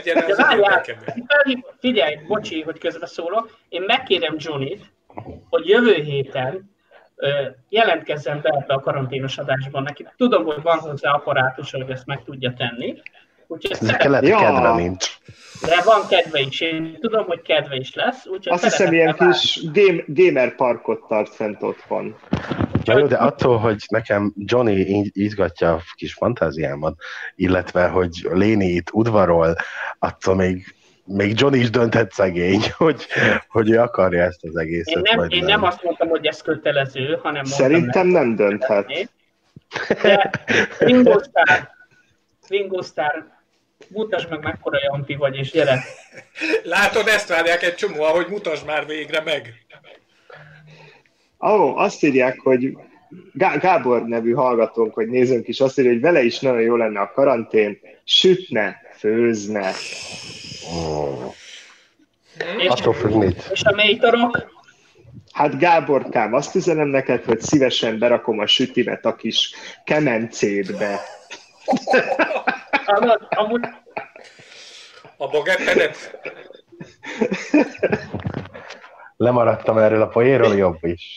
Figyelj, bocsi, hogy közbeszólok. Én megkérem Johnnyt, hogy jövő héten jelentkezzen be ebbe a karanténos adásban neki. Tudom, hogy van hozzá apparátus, hogy ezt meg tudja tenni. Kedve nincs. De van kedve is. Én tudom, hogy kedve is lesz. Azt hiszem, ilyen kis gamer parkot tart fent otthon. Na jó, de attól, hogy nekem Johnny izgatja a kis fantáziámat, illetve, hogy Léni itt udvarol, attól még Johnny is dönthet szegény, hogy ő akarja ezt az egészet. Én nem azt mondtam, hogy ez kötelező, hanem szerintem nem dönthet. De Ringo Starr, mutasd meg, mekkora jampi vagy, és gyere. Látod, ezt várják egy csomó, hogy mutasd már végre meg. Azt írják, hogy Gábor nevű hallgatónk, hogy nézőnk is azt írja, hogy vele is nagyon jó lenne a karantén, sütne, főzne. És a mélytorok? Hát Gáborkám, azt üzenem neked, hogy szívesen berakom a sütimet a kis kemencédbe. A bagettedet? Lemaradtam erről a poénról, jobb is.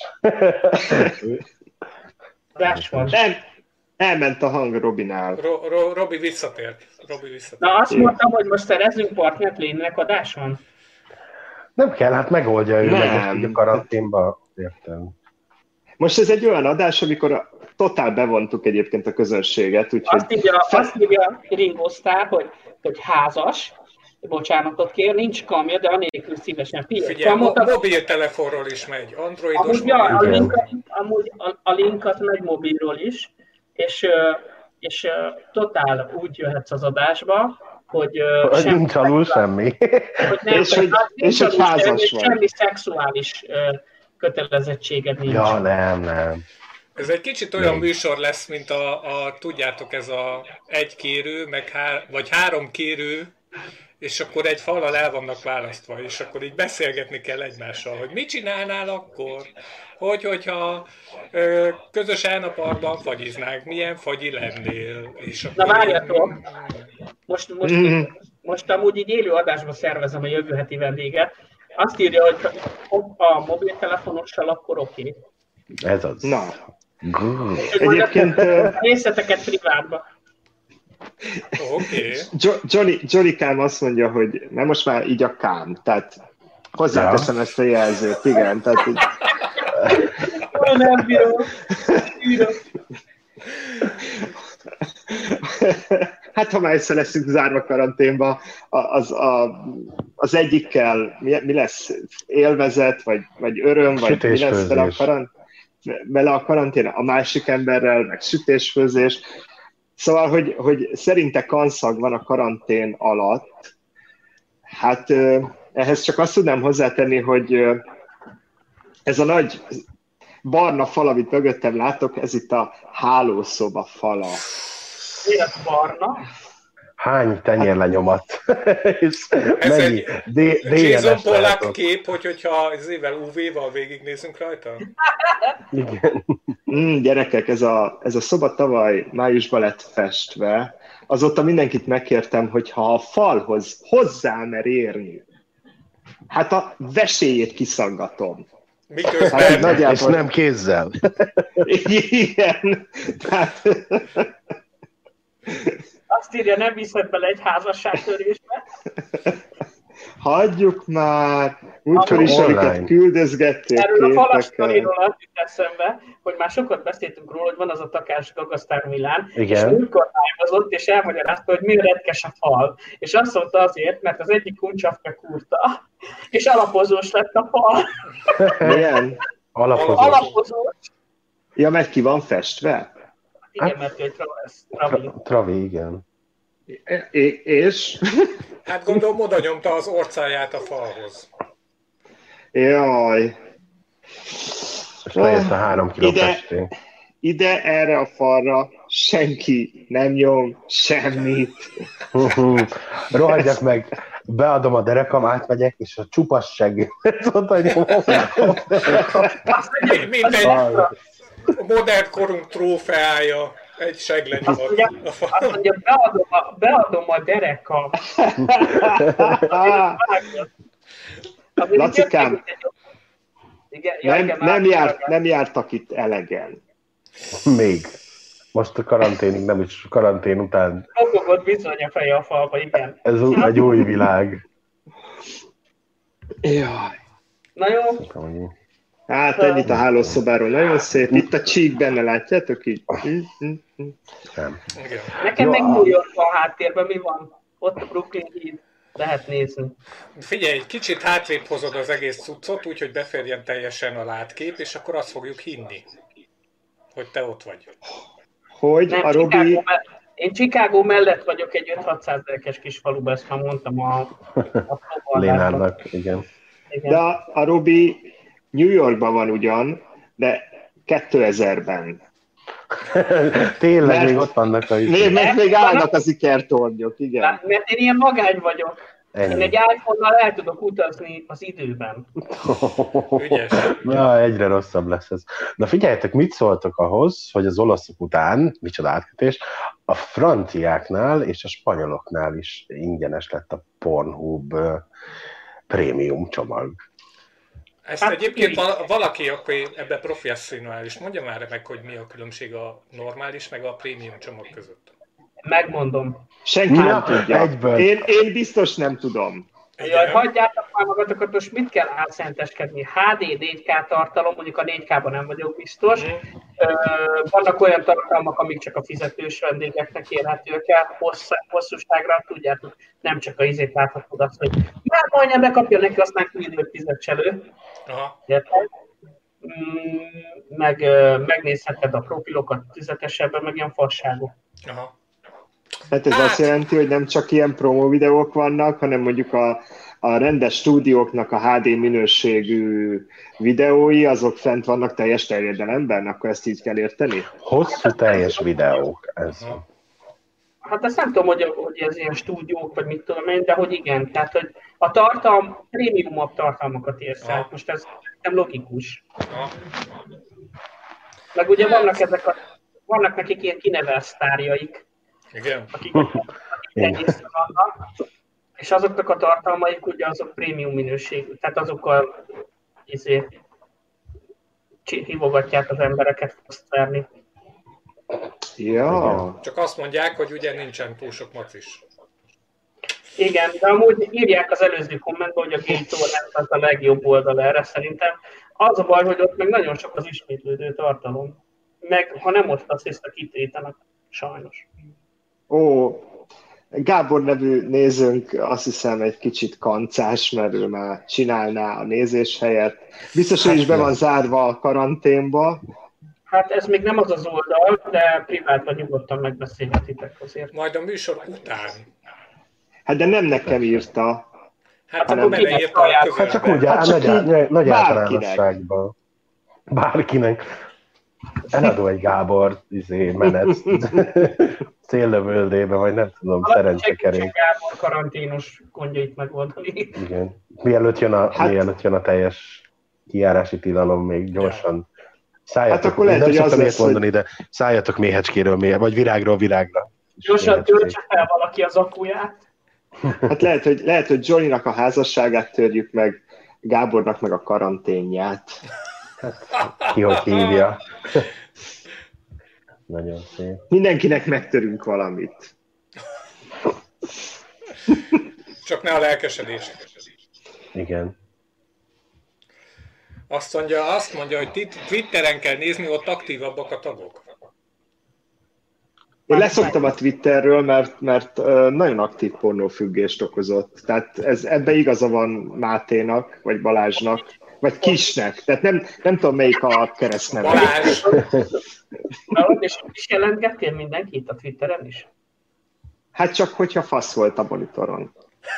Elment a hang Robinál. Robi visszatért. Na azt mondtam, hogy most szerezünk partnert Lénnek adáson? Nem kell, hát megoldja ő meg most így a karanténba. Értem. Most ez egy olyan adás, amikor totál bevontuk egyébként a közönséget. Úgyhogy azt írja Ringo Starr, hogy házas, bocsánatot kér, nincs kamja, de anélkül szívesen. Figyelj, mobiltelefonról is megy, androidos a link az megy mobilról is, és totál úgy jöhetsz az adásba, hogy nincs alul semmi. És hogy házas vagy. Semmi szexuális kötelezettséged nincs. Ja, nem. Ez egy kicsit olyan műsor lesz, mint tudjátok, ez a egy kérő, vagy 3 kérő, és akkor egy fallal el vannak választva, és akkor így beszélgetni kell egymással, hogy mit csinálnál akkor, hogyha közösen a parkban fagyiznánk, milyen fagyi lennél. És akkor... Na várjatok! Most amúgy így élő adásban szervezem a jövő heti vendéget. Azt írja, hogy a mobiltelefonossal akkor oké. Ez az. Na. Egyébként... Részleteket privátba. Oké. Johnny-kám azt mondja, hogy nem most már így a kám, tehát hozzáteszem ezt a jelzőt, igen. Tehát így... Nem bírom. Hát ha már össze leszünk zárva karanténba, az egyikkel mi lesz? Élvezet, vagy öröm, vagy mi lesz vele a karantén? A másik emberrel, meg sütésfőzés. Szóval, hogy szerinte kanszag van a karantén alatt, hát ehhez csak azt tudnám hozzátenni, hogy ez a nagy barna fal, amit mögöttem látok, ez itt a hálószoba fala. Miért barna? Hány tenyérlenyomat? És mennyi? Jason Pollack kép, hogyha az évvel UV-val végignézünk rajta? Igen. Gyerekek, ez a szoba tavaly májusban lett festve. Azóta mindenkit megkértem, hogy ha a falhoz hozzámer érni, hát a vesélyét kiszaggatom. Miközben? Hát, nagyjából... És nem kézzel. Igen. Tehát... Azt írja, nem viszed bele egy házasságtörésbe. Hagyjuk már! Úgyhogy is, amiket küldözgették. Erről a falasztoriról azt jut eszembe, hogy már sokat beszéltünk róla, hogy van az a Takás Gagasztár Milán, és múltkor tájékozott, és elmagyarázta, hogy miért retkes a fal. És azt mondta azért, mert az egyik kuncsafka kurta, és alapozós lett a fal. Milyen? Alapozós. Ja, mert ki van festve? Igen, mert egy Travi, igen. És? Hát gondolom, oda nyomta az orcáját a falhoz. Jaj. És lejött a 3 kiló festény. Ide, erre a falra senki nem nyom semmit. Rohadjak meg, beadom a derekam, átmegyek, és a csupasz seggémet oda nyomom. Mint egy modern korunk trófeája. Egy seglenyomat. Azt mondja, beadom a derekam. Lacikám, nem jártak itt elegen. Még. Most a karanténig, nem is karantén után. Kopogott bizony a feje a falba, igen. Ez egy új világ. Jaj. Na jó. Hát ennyit a hálószobáról, nagyon szép. Itt a csík benne, látjátok így? Nem. Nekem meg New York a háttérben, mi van? Ott a Brooklyn híd, lehet nézni. Figyelj, kicsit hátrébb hozod az egész cuccot, úgyhogy beférjen teljesen a látkép, és akkor azt fogjuk hinni, hogy te ott vagy. Hogy nem, a Robi... Én Chicago mellett vagyok egy 5-600 lelkes kis faluban, ezt már mondtam a Lénárnak, igen. De a Robi New Yorkban van ugyan, de 2000-ben. Tényleg, még ott vannak a még állnak az ikertornyok, igen. Mert én ilyen magány vagyok. Ennyi. Én egy iPhone-nal el tudok utazni az időben. Na, egyre rosszabb lesz ez. Na figyeljetek, mit szóltok ahhoz, hogy az olaszok után, micsoda átkötés, a franciáknál és a spanyoloknál is ingyenes lett a Pornhub prémium csomag. Ezt egyébként valaki, aki ebben professzionális, mondja már meg, hogy mi a különbség a normális meg a prémium csomag között. Megmondom. Senki nem tudja. Én biztos nem tudom. Jaj, hagyjátok már magatokat, most mit kell átszenteskedni? HD 4K tartalom, mondjuk a 4K-ban nem vagyok biztos. Vannak olyan tartalmak, amik csak a fizetős vendégeknek érhetők el, hosszúságra, tudjátok, nem csak a izét láthatod azt, hogy már majdnem bekapja neki, aztán küldőt fizetselő. Megnézheted a profilokat tüzetesebben, meg ilyen fasságok. Aha. Hát ez azt jelenti, hogy nem csak ilyen promo videók vannak, hanem mondjuk a rendes stúdióknak a HD minőségű videói, azok fent vannak teljes terjedelemben, akkor ezt így kell érteni? Hosszú teljes videók, ez. Hát ezt nem tudom, hogy ez ilyen stúdiók, vagy mit tudom én, de hogy igen. Tehát, hogy a prémiumabb tartalmakat érsz el. Most ez nem logikus. Meg ugye vannak nekik ilyen kinevelt sztárjaik. Igen. Akik vannak, és azoknak a tartalmaik ugye azok prémium minőségű. Tehát azokkal hívogatják az embereket fosztverni. Ja. Csak azt mondják, hogy ugye nincsen túl sok macis. Igen, de amúgy írják az előző kommentben, hogy a GameTorrent az a legjobb oldal erre szerintem. Az a baj, hogy ott meg nagyon sok az ismétlődő tartalom. Meg ha nem osztasz észre, kitrétenek. Sajnos. Ó, Gábor nevű nézőnk azt hiszem egy kicsit kancás, mert ő már csinálná a nézés helyett. Biztos, hogy is be van zárva a karanténba. Hát ez még nem az az oldal, de privátban nyugodtan megbeszélhetitek azért. Majd a műsor után. Hát de nem nekem írta. Hát akkor beleírta a közölbe. Hát csak úgy, nagy általánosságban. Bárkinek. Eladó egy Gábor menet céllövöldébe, vagy nem tudom, szerencsekerék. Gábor karanténos gondjait megoldani. Igen. Mielőtt jön a teljes kijárási tilalom, még gyorsan. Szálljatok, hát akkor lehet, nem hogy szoktam ilyet lesz, mondani, de szálljatok méhecskéről, vagy virágról virágra. Gyorsan töltse fel valaki az akuját. Hát lehet, hogy Johnnynak a házasságát törjük meg, Gábornak meg a karanténját. Ki hogy hívja. Nagyon szép. Mindenkinek megtörünk valamit. Csak ne a lelkesedést. Igen. Azt mondja, hogy Twitteren kell nézni, ott aktívabbak a tagok. Én leszoktam a Twitterről, mert nagyon aktív pornófüggést okozott. Tehát ebbe igaza van Máténak, vagy Balázsnak, vagy Kisnek. Tehát nem tudom, melyik a keresztneve. Balázs! És is jelentgettél mindenkit a Twitteren is? Hát csak, hogyha fasz volt a monitoron.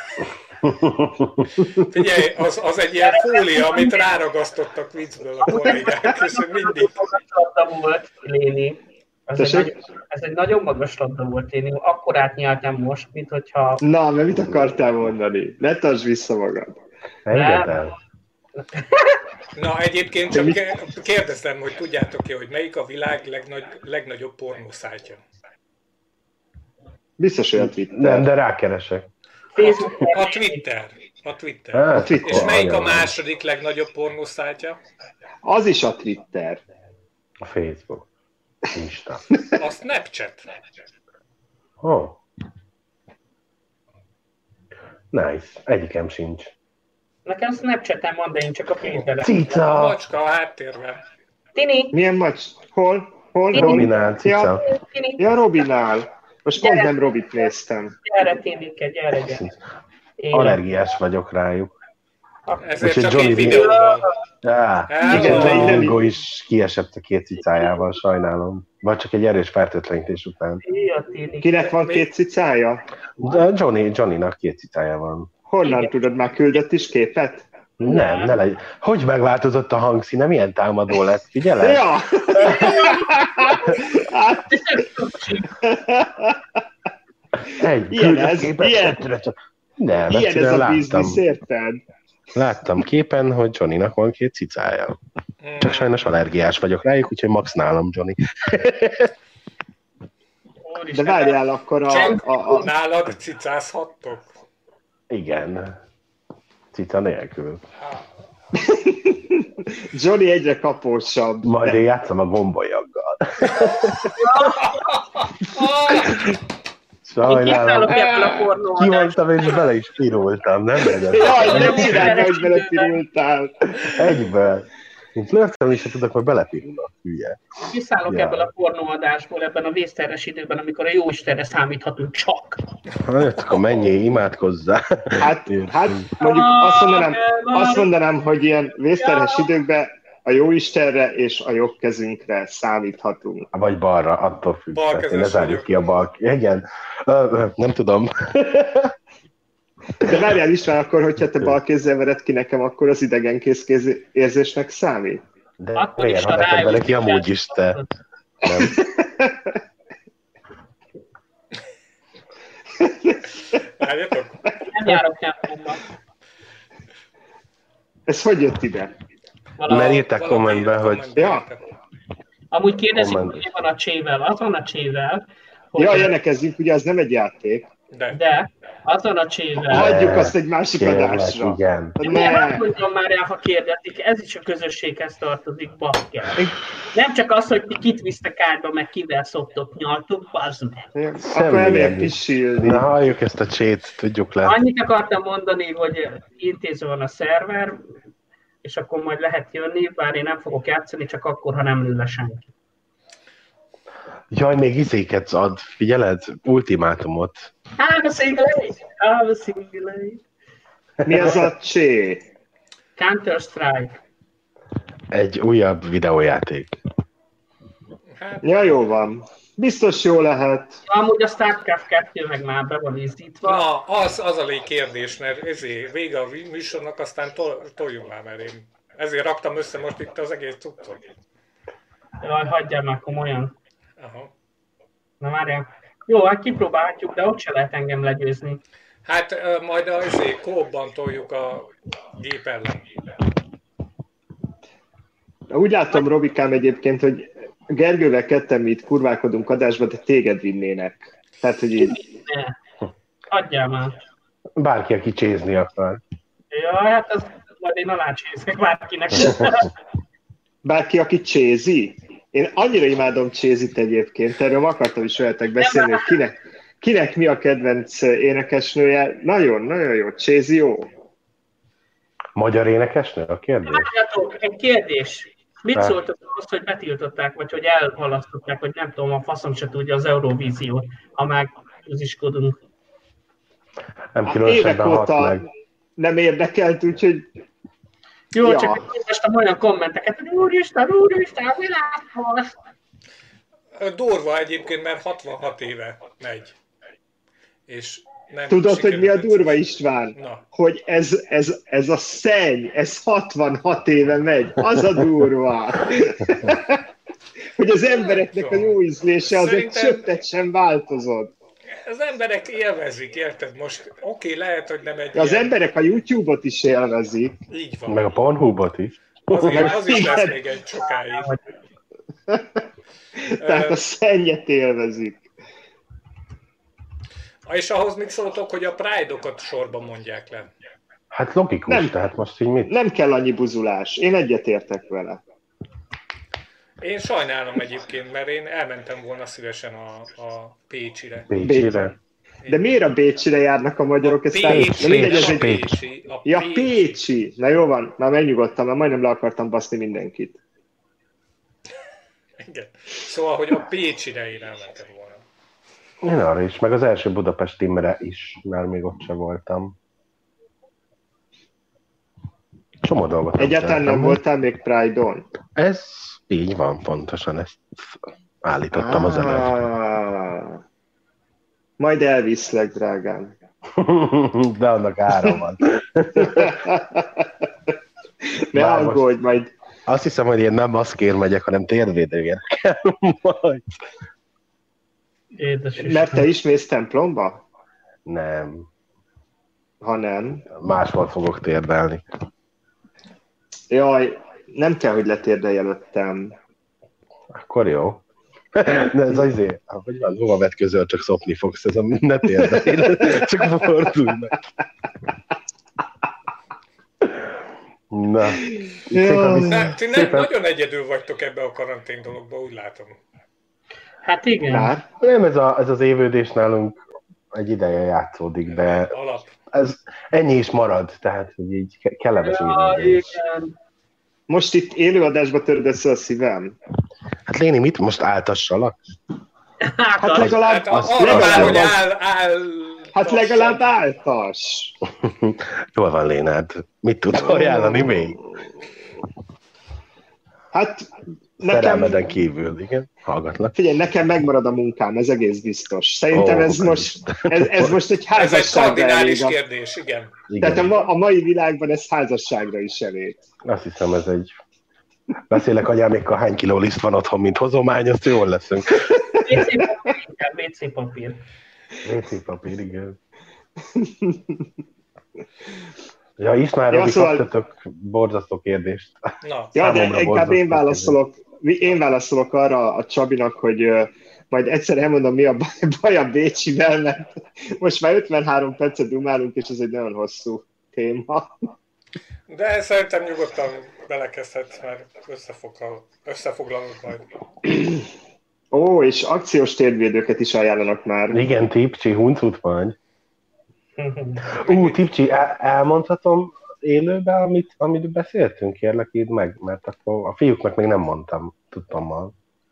Figyelj, az egy ilyen fólia, amit ráragasztottak viccből a kollégák, és mindig. Magas volt, Léni. Ez egy nagyon magas labda volt, Léni. Akkor átnyáltam most, mint hogyha... Na, mert mit akartál mondani? Ne tartsd vissza magad. Engedd. Na, egyébként csak kérdeztem, hogy tudjátok-e, hogy melyik a világ legnagyobb pornószájtja? Biztos, hogy a Twitter. Nem, de rákeresek. A Twitter. A Twitter. És melyik a második legnagyobb pornószájtja? Az is a Twitter. A Facebook. Insta. A Snapchat. Oh. Nice. Egyikem sincs. Nekem Snapchaten van, de én csak a Twitteren. Cica! A macska a háttérben. Tini! Milyen macs? Hol? Robinál, cica. Ja, Robinál. Most pont nem Robit néztem. Gyere, Tinike, gyere. Allergiás vagyok rájuk. Ezért csak egy videó van. Igen, de Ingo is kiesett a két cicájával, sajnálom. Vagy csak egy erős fertőtlenítés után. Kinek van két cicája? Johnnynak két cicája van. Honnan tudod, már küldött is képet? Nem, ne legyen. Hogy megváltozott a hangszíne? Milyen támadó lett? Figyeled? Ja! Ilyen ez a biznisz, érted? Láttam képen, hogy Johnnynak van két cicája. Csak sajnos allergiás vagyok rájuk, úgyhogy max nálam Johnny. De várjál akkor Nálad cicázhattok? Igen. Cica nélkül. Johnny egyre kapósabb. Majd én játszom a gombolyaggal. Sajnálom. Kimondtam, és bele is pirultam, nem legyen. Jaj, nem csinálj, hogy belepirultál. Egyből. Én flörtölni is tudok, hogy belepirulok, hülye. Kiszállok ebből a pornóadásból, ebben a vészterhes időben, amikor a Jóistenre számíthatunk csak. Hát, akkor menjél, imádkozzál. Hát mondjuk azt mondanám, hogy ilyen vészterhes időkben a Jóistenre és a jobb kezünkre számíthatunk. Vagy balra, attól függ. Én ne zárjuk ki a bal. Igen, nem tudom. De várjál István, akkor, hogyha te bal kézzel vered ki nekem, akkor az idegenkész érzésnek számít? De miért, ha neked vele ki amúgy is te? Nem. Várjatok. Nem járok tempóba. Ez hogy jött ide? Mert írták kommentben, hogy... Ja. Amúgy kérdezik, hogy mi van a csével. Az van a csével, hogy... Ja, jelekezzünk, ugye az nem egy játék. De az van a csével. Hagyjuk azt egy másik adásra. Igen. Nem mondom már el, ha kérdezik, ez is a közösséghez tartozik, bakker. Nem csak az, hogy ti kit visztek árba, meg kivel szoktok nyaltok, bazd meg. Akkor elmegyek pisilni. Na, halljuk ezt a csét, tudjuk le. Annyit akartam mondani, hogy intéző van a szerver, és akkor majd lehet jönni, bár én nem fogok játszani, csak akkor, ha nem lő le senki. Jaj, még izéket ad, figyeled? Ultimátumot. I'm a single lady. Mi az a csé? Counter-Strike. Egy újabb videójáték. Ja, jó van. Biztos jó lehet. Amúgy a StarCraft 2 meg már be van ízdítva. Na, az a kérdés, mert vége a műsornak, aztán toljunk már, mert én ezért raktam össze most itt az egész cuccot. Jaj, hagyjál már komolyan. Aha. Na várjál. Jó, hát kipróbálhatjuk, de ott se lehet engem legyőzni. Hát majd co-opban toljuk a gép ellen. Úgy látom, Robikám, egyébként, hogy Gergővel ketten mi itt kurválkodunk adásba, de téged vinnének. Tehát, hogy így... Adjál már. Bárki, aki csézni akar. Ja, hát az majd én alácsézek bárkinek. Bárki, aki csézi? Én annyira imádom csézit egyébként, erről akartam is veletek beszélni, hogy kinek mi a kedvenc énekesnője. Nagyon jó, csézi jó. Magyar énekesnő a kérdés? Várjatok, egy kérdés. Mit szóltok azt, hogy betiltották, vagy hogy elhalasztották, vagy nem tudom, a faszom se tudja az Eurovíziót, ha már köziskodunk. Nem különösebben hat meg. Nem érdekelt, úgyhogy... Jó, ja. Csak olvastam olyan kommenteket, hogy úristen, világos! Durva egyébként, mert 66 éve megy. És nem tudod, hogy mi a durva, István? Na. Hogy ez a szenny, ez 66 éve megy. Az a durva. Hogy az embereknek a jó ízlése azért csöppet sem változott. Az emberek élvezik, érted? Most oké, lehet, hogy nem egy az emberek a YouTube-ot is élvezik. Így van. Meg a Pornhubot is. Az is lesz még egy sokáig. Tehát a szennyet élvezik. És ahhoz mit szóltok, hogy a Pride-okat sorban mondják le? Hát logikus, nem, tehát most így mit? Nem kell annyi buzulás. Én egyetértek vele. Én sajnálom egyébként, mert én elmentem volna szívesen a Pécsire. Pécsire. De miért a Bécsire járnak a magyarok? Pécsi. Ja, Pécsi. Na jó van, már megnyugodtam, mert majdnem le akartam baszni mindenkit. Igen. Szóval, hogy a Pécsire én elmentem volna. Én arra is, meg az első Budapest Imre is, mert még ott sem voltam. Csomó dolgot. Egyáltalán nem voltál még Pride-on? Ez így van, pontosan ezt állítottam az előtt. Majd elviszlek, drágám. De annak ára van. Ne aggódj, majd. Azt hiszem, hogy én nem maszkért megyek, hanem térvédőért kell majd. Mert te is mész templomba? Nem. Ha nem? Máshol fogok térdelni. Jaj, nem kell, hogy letérdelj előttem. Akkor jó. De ez azért, hogy van, hova vetközöltök, szopni fogsz, ez a ne térdelj. Csak fordulj meg. Na. Szépen... Nagyon egyedül vagytok ebbe a karantén dologba, úgy látom. Hát igen. Hát, nem, ez az évődés nálunk egy ideje játszódik, de ez ennyi is marad, tehát hogy így kellemes évődés. Most itt élőadásba törd össze a szívem. Hát Léni, mit most áltassalak? Hát legalább... Hát legalább áltas. Jól van, Lénád. Mit tudsz ajánlani még? Hát szerelmeden kívül, igen, hallgatlak. Figyelj, nekem megmarad a munkám, ez egész biztos. Szerintem ez most egy házasságra ez egy kardinális kérdés, igen. Tehát a mai világban ez házasságra is elég. Azt hiszem, ez egy... Beszélek anyámékkal, hány kiló liszt van otthon, mint hozomány, azt jól leszünk. WC papír. WC papír, igen. Ja, István, Robi, kaptatok borzasztó kérdést. Na. Ja, de inkább én válaszolok arra a Csabinak, hogy majd egyszer elmondom, mi a baj a Bécsivel, mert most már 53 percet dumálunk, és ez egy nagyon hosszú téma. De szerintem nyugodtan belekezdhetsz, mert összefoglalod majd. Ó, és akciós térvédőket is ajánlanak már. Igen, Tipcsi, huncut vagy. Tipcsi, elmondhatom élőben, amit beszéltünk, kérlek, írd meg, mert akkor a fiúknak még nem mondtam, tudtommal.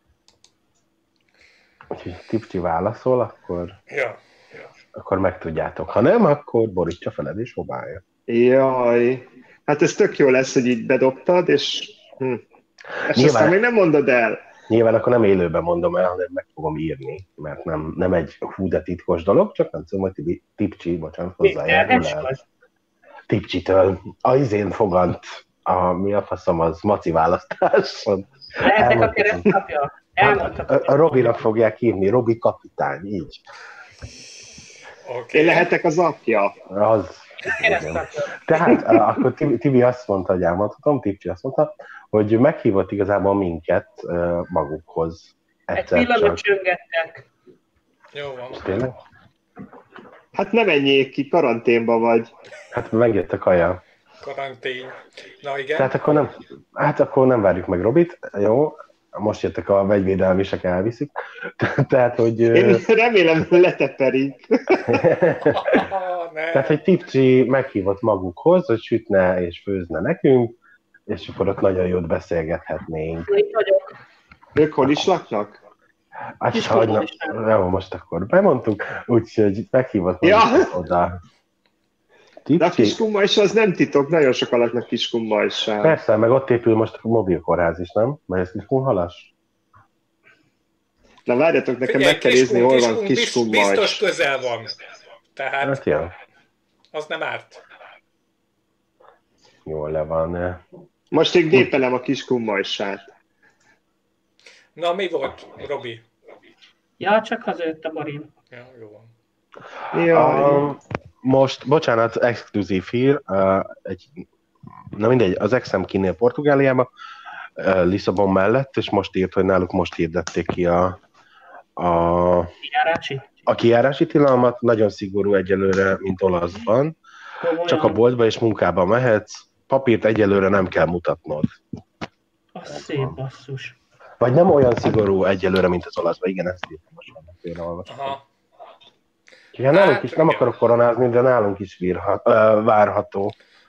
Úgyhogy Tipcsi válaszol, akkor megtudjátok. Ha nem, akkor borítsa feled és hobálja. Jaj, hát ez tök jó lesz, hogy így bedobtad, és aztán még nem mondod el. Nyilván akkor nem élőben mondom el, hanem meg fogom írni, mert nem egy de titkos dolog, csak nem tudom, hogy Tipcsi, bocsánat, hozzájárul el. Tipcsitől a izén fogant, mi a faszom, az maci választás. Lehetek a keresztapja? A Robinak fogják hívni, Robi kapitány, így. Okay. Én lehetek az apja. Az. Tehát akkor Tibi azt mondta, hogy elmondhatom, Tipcsi azt mondta, hogy meghívott igazából minket magukhoz. Egy pillanat csöngettek. Jó van. Tényleg? Hát nem menjék ki, karanténba vagy. Hát megjött a kaja. Karantén. Na igen. Tehát akkor nem várjuk meg Robit, jó? Most jöttek a vegyvédelmisek, elviszik. Tehát, hogy... Én remélem, leteperik. Tehát, hogy Tipcsi meghívott magukhoz, hogy sütne és főzne nekünk, és akkor ott nagyon jót beszélgethetnénk. Ők hol is laknak? Jó, most akkor bemondtuk, úgyhogy meghívott oda. Tipcsi? De a Kiskunmajsa az nem titok, nagyon sokan laknak Kiskunmajsán. Persze, meg ott épül most a mobilkórház is, nem? Vagy ez Kiskunhalas? Na várjatok, nekem meg kell nézni, hol van Kiskunmajs. Biztos közel van. Tehát hát jó. Az nem árt. Jól le van. Most én gépelem a Kiskunmajsát. Na, mi volt, Robi? Ja, csak hazajött a Marin. Ja, jó van. Most, bocsánat, exkluzív hír, az Exemkinél Portugáliában, Lisszabon mellett, és most írt, hogy náluk most hirdették ki a kijárási tilalmat, nagyon szigorú egyelőre, mint olaszban, csak a boltba és munkába mehetsz, papírt egyelőre nem kell mutatnod. Az szép basszus. Vagy nem olyan szigorú egyelőre, mint az olaszban, igen, ezt írtam most vannak félreolvasni. Ja, nálunk is, nem akarok koronázni, de nálunk is várható.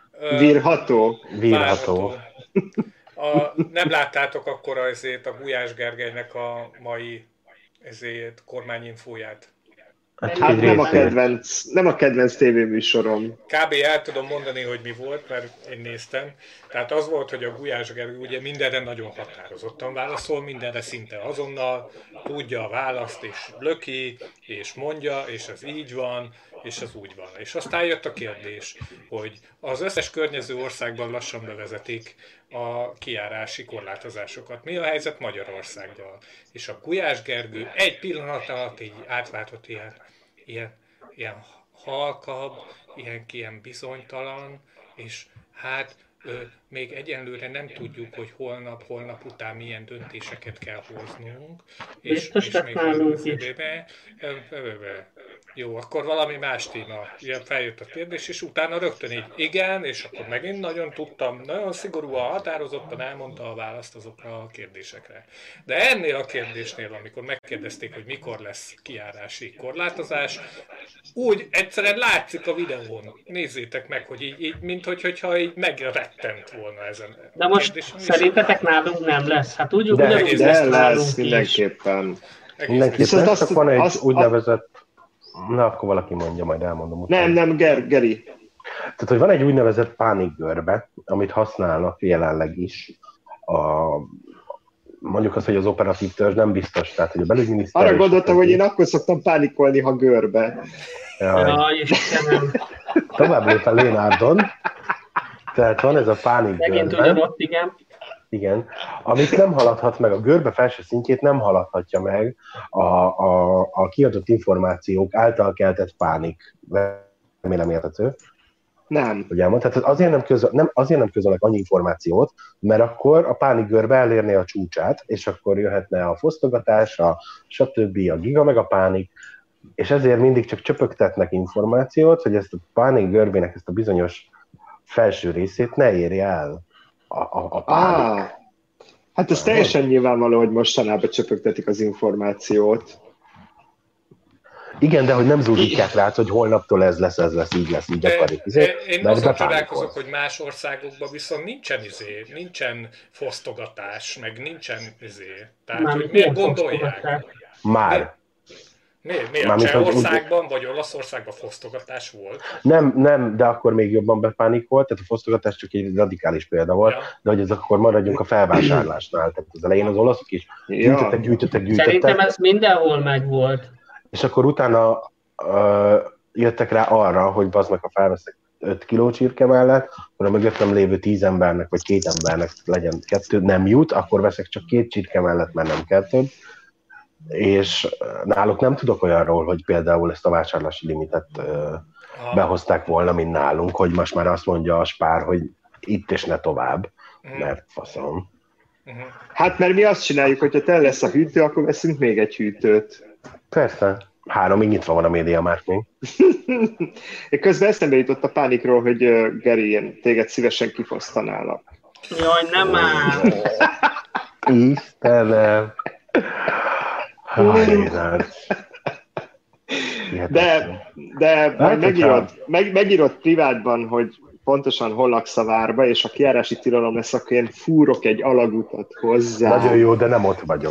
Vírható. Nem láttátok akkor a Gulyás Gergelynek a mai kormányinfóját? Hát nem a kedvenc tévéműsorom. Kb. El tudom mondani, hogy mi volt, mert én néztem. Tehát az volt, hogy a Gulyás Gergely ugye mindenre nagyon határozottan válaszol, mindenre szinte azonnal, tudja a választ, és löki, és mondja, és ez így van, és ez úgy van. És aztán jött a kérdés, hogy az összes környező országban lassan bevezetik a kijárási korlátozásokat. Mi a helyzet Magyarországgal? És a Gulyás Gergő egy pillanat alatt így átváltott ilyen halkabb, ilyen bizonytalan, és hát még egyenlőre nem tudjuk, hogy holnap után milyen döntéseket kell hoznunk. És még jó, akkor valami más téma. Ilyen feljött a kérdés, és utána rögtön így igen, és akkor megint nagyon tudtam, nagyon szigorúan, határozottan elmondta a választ azokra a kérdésekre. De ennél a kérdésnél, amikor megkérdezték, hogy mikor lesz kijárási korlátozás, úgy egyszerűen látszik a videón. Nézzétek meg, hogy így minthogyha így megrettent volna ezen. De most szerintetek nálunk nem lesz? Hát úgy lesz mindenképpen. Mindenképpen, csak van egy úgynevezett... Na, akkor valaki mondja, majd elmondom utána. Nem, Geri. Tehát, hogy van egy úgynevezett pánikgörbe, amit használnak jelenleg is. Mondjuk azt, hogy az operatív törzs nem biztos, tehát, hogy a belügyminiszter... Arra gondoltam, hogy én akkor szoktam pánikolni, ha görbe. Jaj, Istenem. Tovább lép a Lénárdon. Tehát van ez a pánikgörbe. Megint ugyanott, igen. Igen. Amit nem haladhat meg, a görbe felső szintjét nem haladhatja meg a kiadott információk által keltett pánik. Remélem érthető. Nem. Hogy elmond. Tehát azért nem közölnek annyi információt, mert akkor a pánikgörbe elérné a csúcsát, és akkor jöhetne a fosztogatás, stb. A giga meg a pánik, és ezért mindig csak csöpögtetnek információt, hogy ezt a pánikgörbének ezt a bizonyos felső részét ne érje el a pánik. Hát ez teljesen nyilvánvaló, hogy mostanában csöpögtetik az információt. Igen, de hogy nem zúdítják rá, hogy holnaptól ez lesz, így akarjuk. Én azon csodálkozok, hogy más országokban viszont nincsen fosztogatás, meg nincsen Tehát, hogy miért gondolják? Már. Miért? A Csehországban vagy Olaszországban fosztogatás volt? Nem, de akkor még jobban bepánikolt, tehát a fosztogatás csak egy radikális példa volt, de hogy ez akkor maradjunk a felvásárlásnál. Tehát az elején az olaszok is gyűjtöttek. Szerintem ez mindenhol megvolt. És akkor utána jöttek rá arra, hogy bazd meg, ha felveszek 5 kiló csirke mellett, akkor a mögöttem lévő 10 embernek, vagy 2 embernek legyen 2, nem jut, akkor veszek csak 2 csirke mellett, mert nem kell több. És náluk nem tudok olyanról, hogy például ezt a vásárlási limitet behozták volna, mint nálunk, hogy most már azt mondja a Spár, hogy itt és ne tovább, mert faszom. Hát mert mi azt csináljuk, hogyha te lesz a hűtő, akkor veszünk még egy hűtőt. Persze. 3-ig nyitva van a MediaMarkt még. Közben eszembe jutott a pánikról, hogy Geri, én téged szívesen kifosztanálak. Jaj, nem már! Istenem! De megírod privátban, hogy pontosan hol laksz a várba, és a kijárási tilalom lesz, akkor én fúrok egy alagutat hozzá. Nagyon jó, de nem ott vagyok.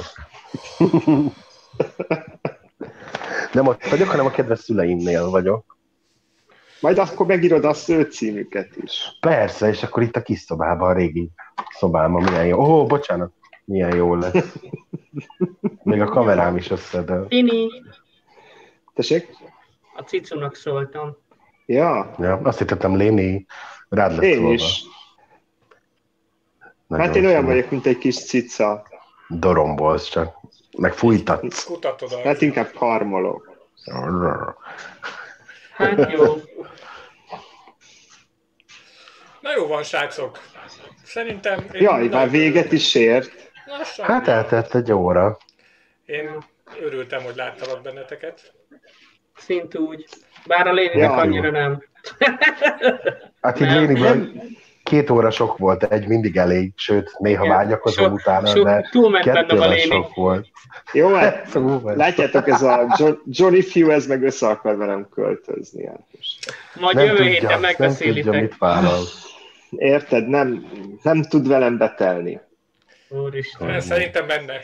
Nem ott vagyok, hanem a kedves szüleimnél vagyok. Majd akkor megírod azt ő címüket is. Persze, és akkor itt a kis szobában, a régi szobában milyen jó. Bocsánat, milyen jó lesz. Még a kamerám is összedől. Tini! Tessék? A cicunak szóltam. Ja, azt hittem Léni, rád lett én szólva. is. Nagyon hát én olyan vagyok, mint egy kis cica. Dorombolsz csak. Meg fújtatsz. Hát inkább karmolok. Hát jó. Na jó van, srácok. Szerintem... Jaj, már véget is ért. Hát eltett egy óra. Én örültem, hogy láttalak benneteket. Szint úgy. Bár a Léninek annyira nem. Hát így Léniből 2 óra sok volt, egy mindig elég, sőt, néha vágyakozom utána, de 2 óra sok volt. Jó, hát látjátok, ez a Johnny Few, ez meg össze akar velem költözni. Majd jövő héten megbeszélitek. Nem tudja, mit vállal. Érted, nem tud velem betelni. Úristen. Szerintem benne.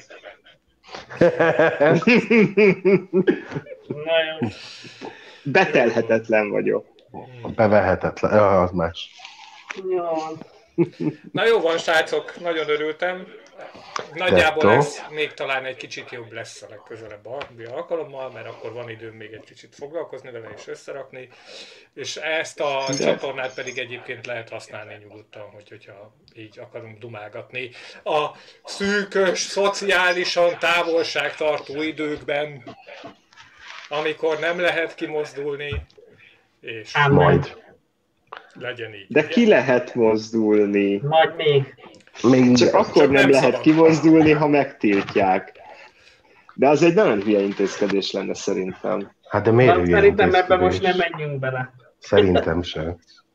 Na jó. Betelhetetlen vagyok. Bevehetetlen, az más. Jó. Na jó van, srácok, nagyon örültem. Nagyjából ez még talán egy kicsit jobb lesz a legközelebb alkalommal, mert akkor van időm még egy kicsit foglalkozni vele és összerakni. És ezt a csatornát pedig egyébként lehet használni nyugodtan, hogyha így akarunk dumálgatni. A szűkös, szociálisan távolságtartó időkben, amikor nem lehet kimozdulni, és majd legyen így. De ki lehet mozdulni? Majd még. Csak akkor nem lehet szabad kimozdulni, ha megtiltják. De az egy nagyon hülye intézkedés lenne szerintem. Hát de miért hülye szerintem ebben most nem menjünk bele. Szerintem sem.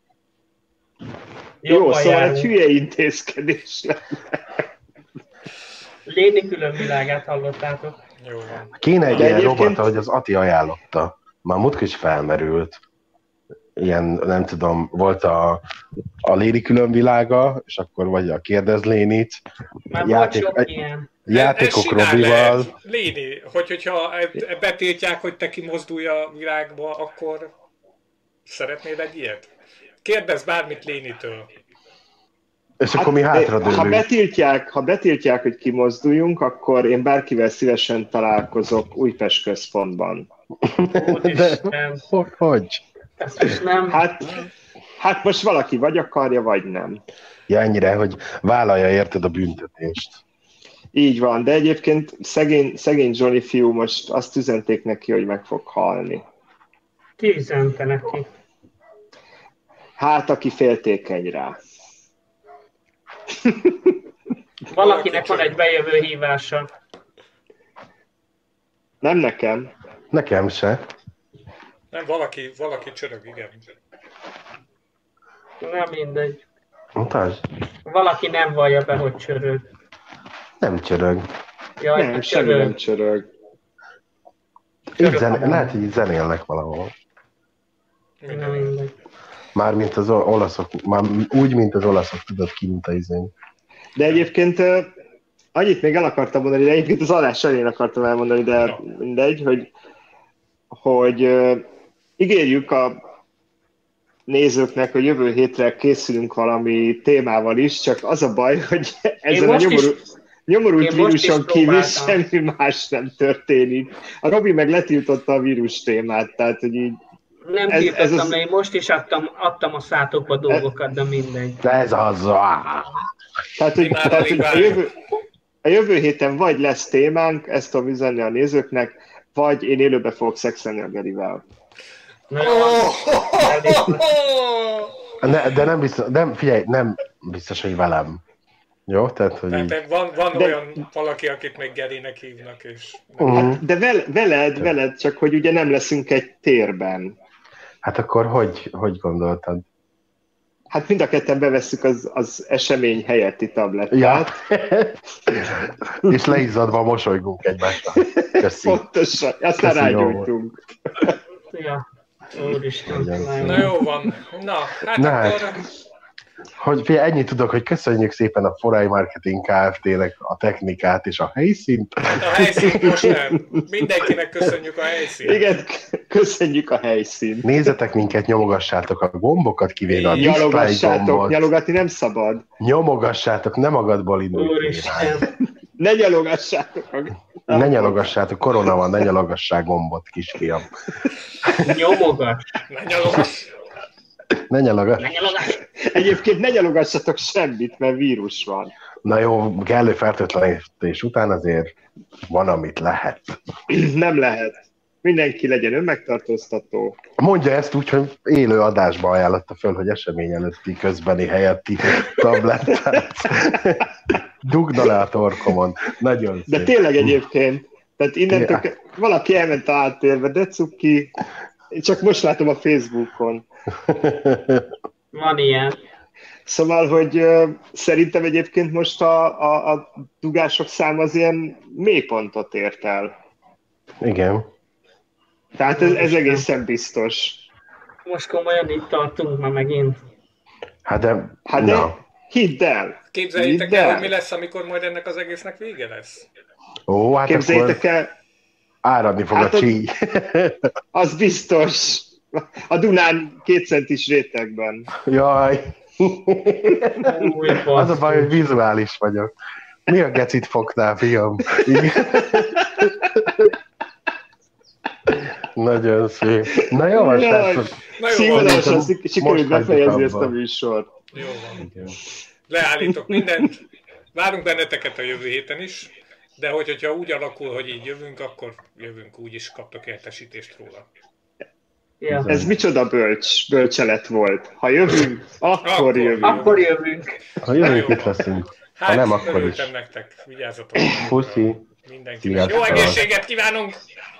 Jó, szóval egy hülye intézkedés lenne. Léni különvilágát hallottátok. Jó van. Kéne egy ilyen robot, ahogy az Ati ajánlotta. Már múltkor is felmerült. Ilyen, nem tudom, volt a Léni különvilága, és akkor vagy a Kérdez Lénit. Játékok Robival. Léni, hogyha betiltják, hogy te kimozdulj a világba, akkor szeretnéd egy ilyet? Kérdezz bármit Lénitől. És akkor mi hátradőlünk. Ha betiltják, hogy kimozduljunk, akkor én bárkivel szívesen találkozok Újpest központban. De hogy? Ezt is nem. Hát most valaki vagy akarja, vagy nem. Ja, ennyire, hogy vállalja érted a büntetést. Így van, de egyébként szegény Johnny fiú most azt üzenték neki, hogy meg fog halni. Ki üzente neki? Hát, aki féltékeny rá. Valakinek van egy bejövő hívása. Nem nekem. Nekem se. Nem, valaki csörög, igen. Nem mindegy. Mutasd. Valaki nem vallja be, hogy csörög. Nem csörög. Jaj, Nem, semmi nem csörög. Lehet, hogy zenélnek valahol. Nem mindegy. Mármint az olaszok, már úgy, mint az olaszok, tudod ki, mint a izén. De egyébként annyit még el akartam mondani, de egyébként az adás elején akartam elmondani, de mindegy, hogy ígérjük a nézőknek, hogy jövő hétre készülünk valami témával is, csak az a baj, hogy ezen a nyomorult víruson kívül semmi más nem történik. A Robi meg letiltotta a vírus témát, tehát hogy így... Nem tiltottam, én most is adtam a szátokba dolgokat, de mindegy. De ez az... Tehát, hogy a jövő héten vagy lesz témánk, ezt tudom üzenni a nézőknek, vagy én élőbe fogok szexelni a Gerivel. De nem biztos, hogy velem. Jó? Tehát, hogy van olyan valaki, akit még Gerinek hívnak, és... De veled, csak hogy ugye nem leszünk egy térben. Hát akkor hogy gondoltad? Hát mind a ketten bevesszük az esemény helyetti tablettát. Ja. És leizzadva mosolygunk egymásra. Köszi. Pontosan, aztán rágyújtunk. Ja, úristen. Na jó van. Akkor... Hogy ennyit tudok, hogy köszönjük szépen a Forai Marketing Kft-nek a technikát és a helyszínt. A helyszínt most nem. Mindenkinek köszönjük a helyszínt. Igen, köszönjük a helyszínt. Nézzetek minket, nyomogassátok a gombokat, kivéve a display gombot. Nyalogatni nem szabad. Nyomogassátok, nem magadból indulj. Úristen. Ne nyalogassátok. Ne nyalogassátok, korona van, ne nyalogassák gombot, kisfiam. Nyomogass. Ne nyalogass. Egyébként ne nyalogassatok semmit, mert vírus van. Na jó, kellő fertőtlenítés után azért van, amit lehet. Nem lehet. Mindenki legyen önmegtartóztató. Mondja ezt úgy, hogy élő adásba ajánlotta föl, hogy esemény előtti közbeni helyetti tablettát. Dugna le a torkomon. Nagyon szép. De tényleg egyébként. Tehát innentől valaki elment a áttérbe, de cuki. Csak most látom a Facebookon. Van ilyen. Szóval, hogy szerintem egyébként most a dugások száma az ilyen mélypontot ért el. Igen. Tehát ez egészen biztos. Most komolyan itt tartunk ma megint. Hát de hidd el. Képzeljétek el, hogy mi lesz, amikor majd ennek az egésznek vége lesz. Ó, hát képzeljétek el. Áradni fog a csíj. Az biztos. A Dunán 2 centis rétegben. Jaj. Az a baj, hogy vizuális vagyok. Mi a gecit fogtál, fiam? Nagyon szép. Na jó, most színvonalasan sikerült befejezni ezt a műsort. Jó van. Leállítok mindent. Várunk benneteket a jövő héten is, de hogyha úgy alakul, hogy így jövünk, akkor jövünk, úgy is kaptok értesítést róla. Ja. Ez micsoda bölcselet volt. Ha jövünk, akkor jövünk. Akkor jövünk. Ha jövünk, itt leszünk. Ha nem, akkor is. Nektek. Vigyázzatok. Puszi. Mindenkinek. Jó egészséget kívánunk!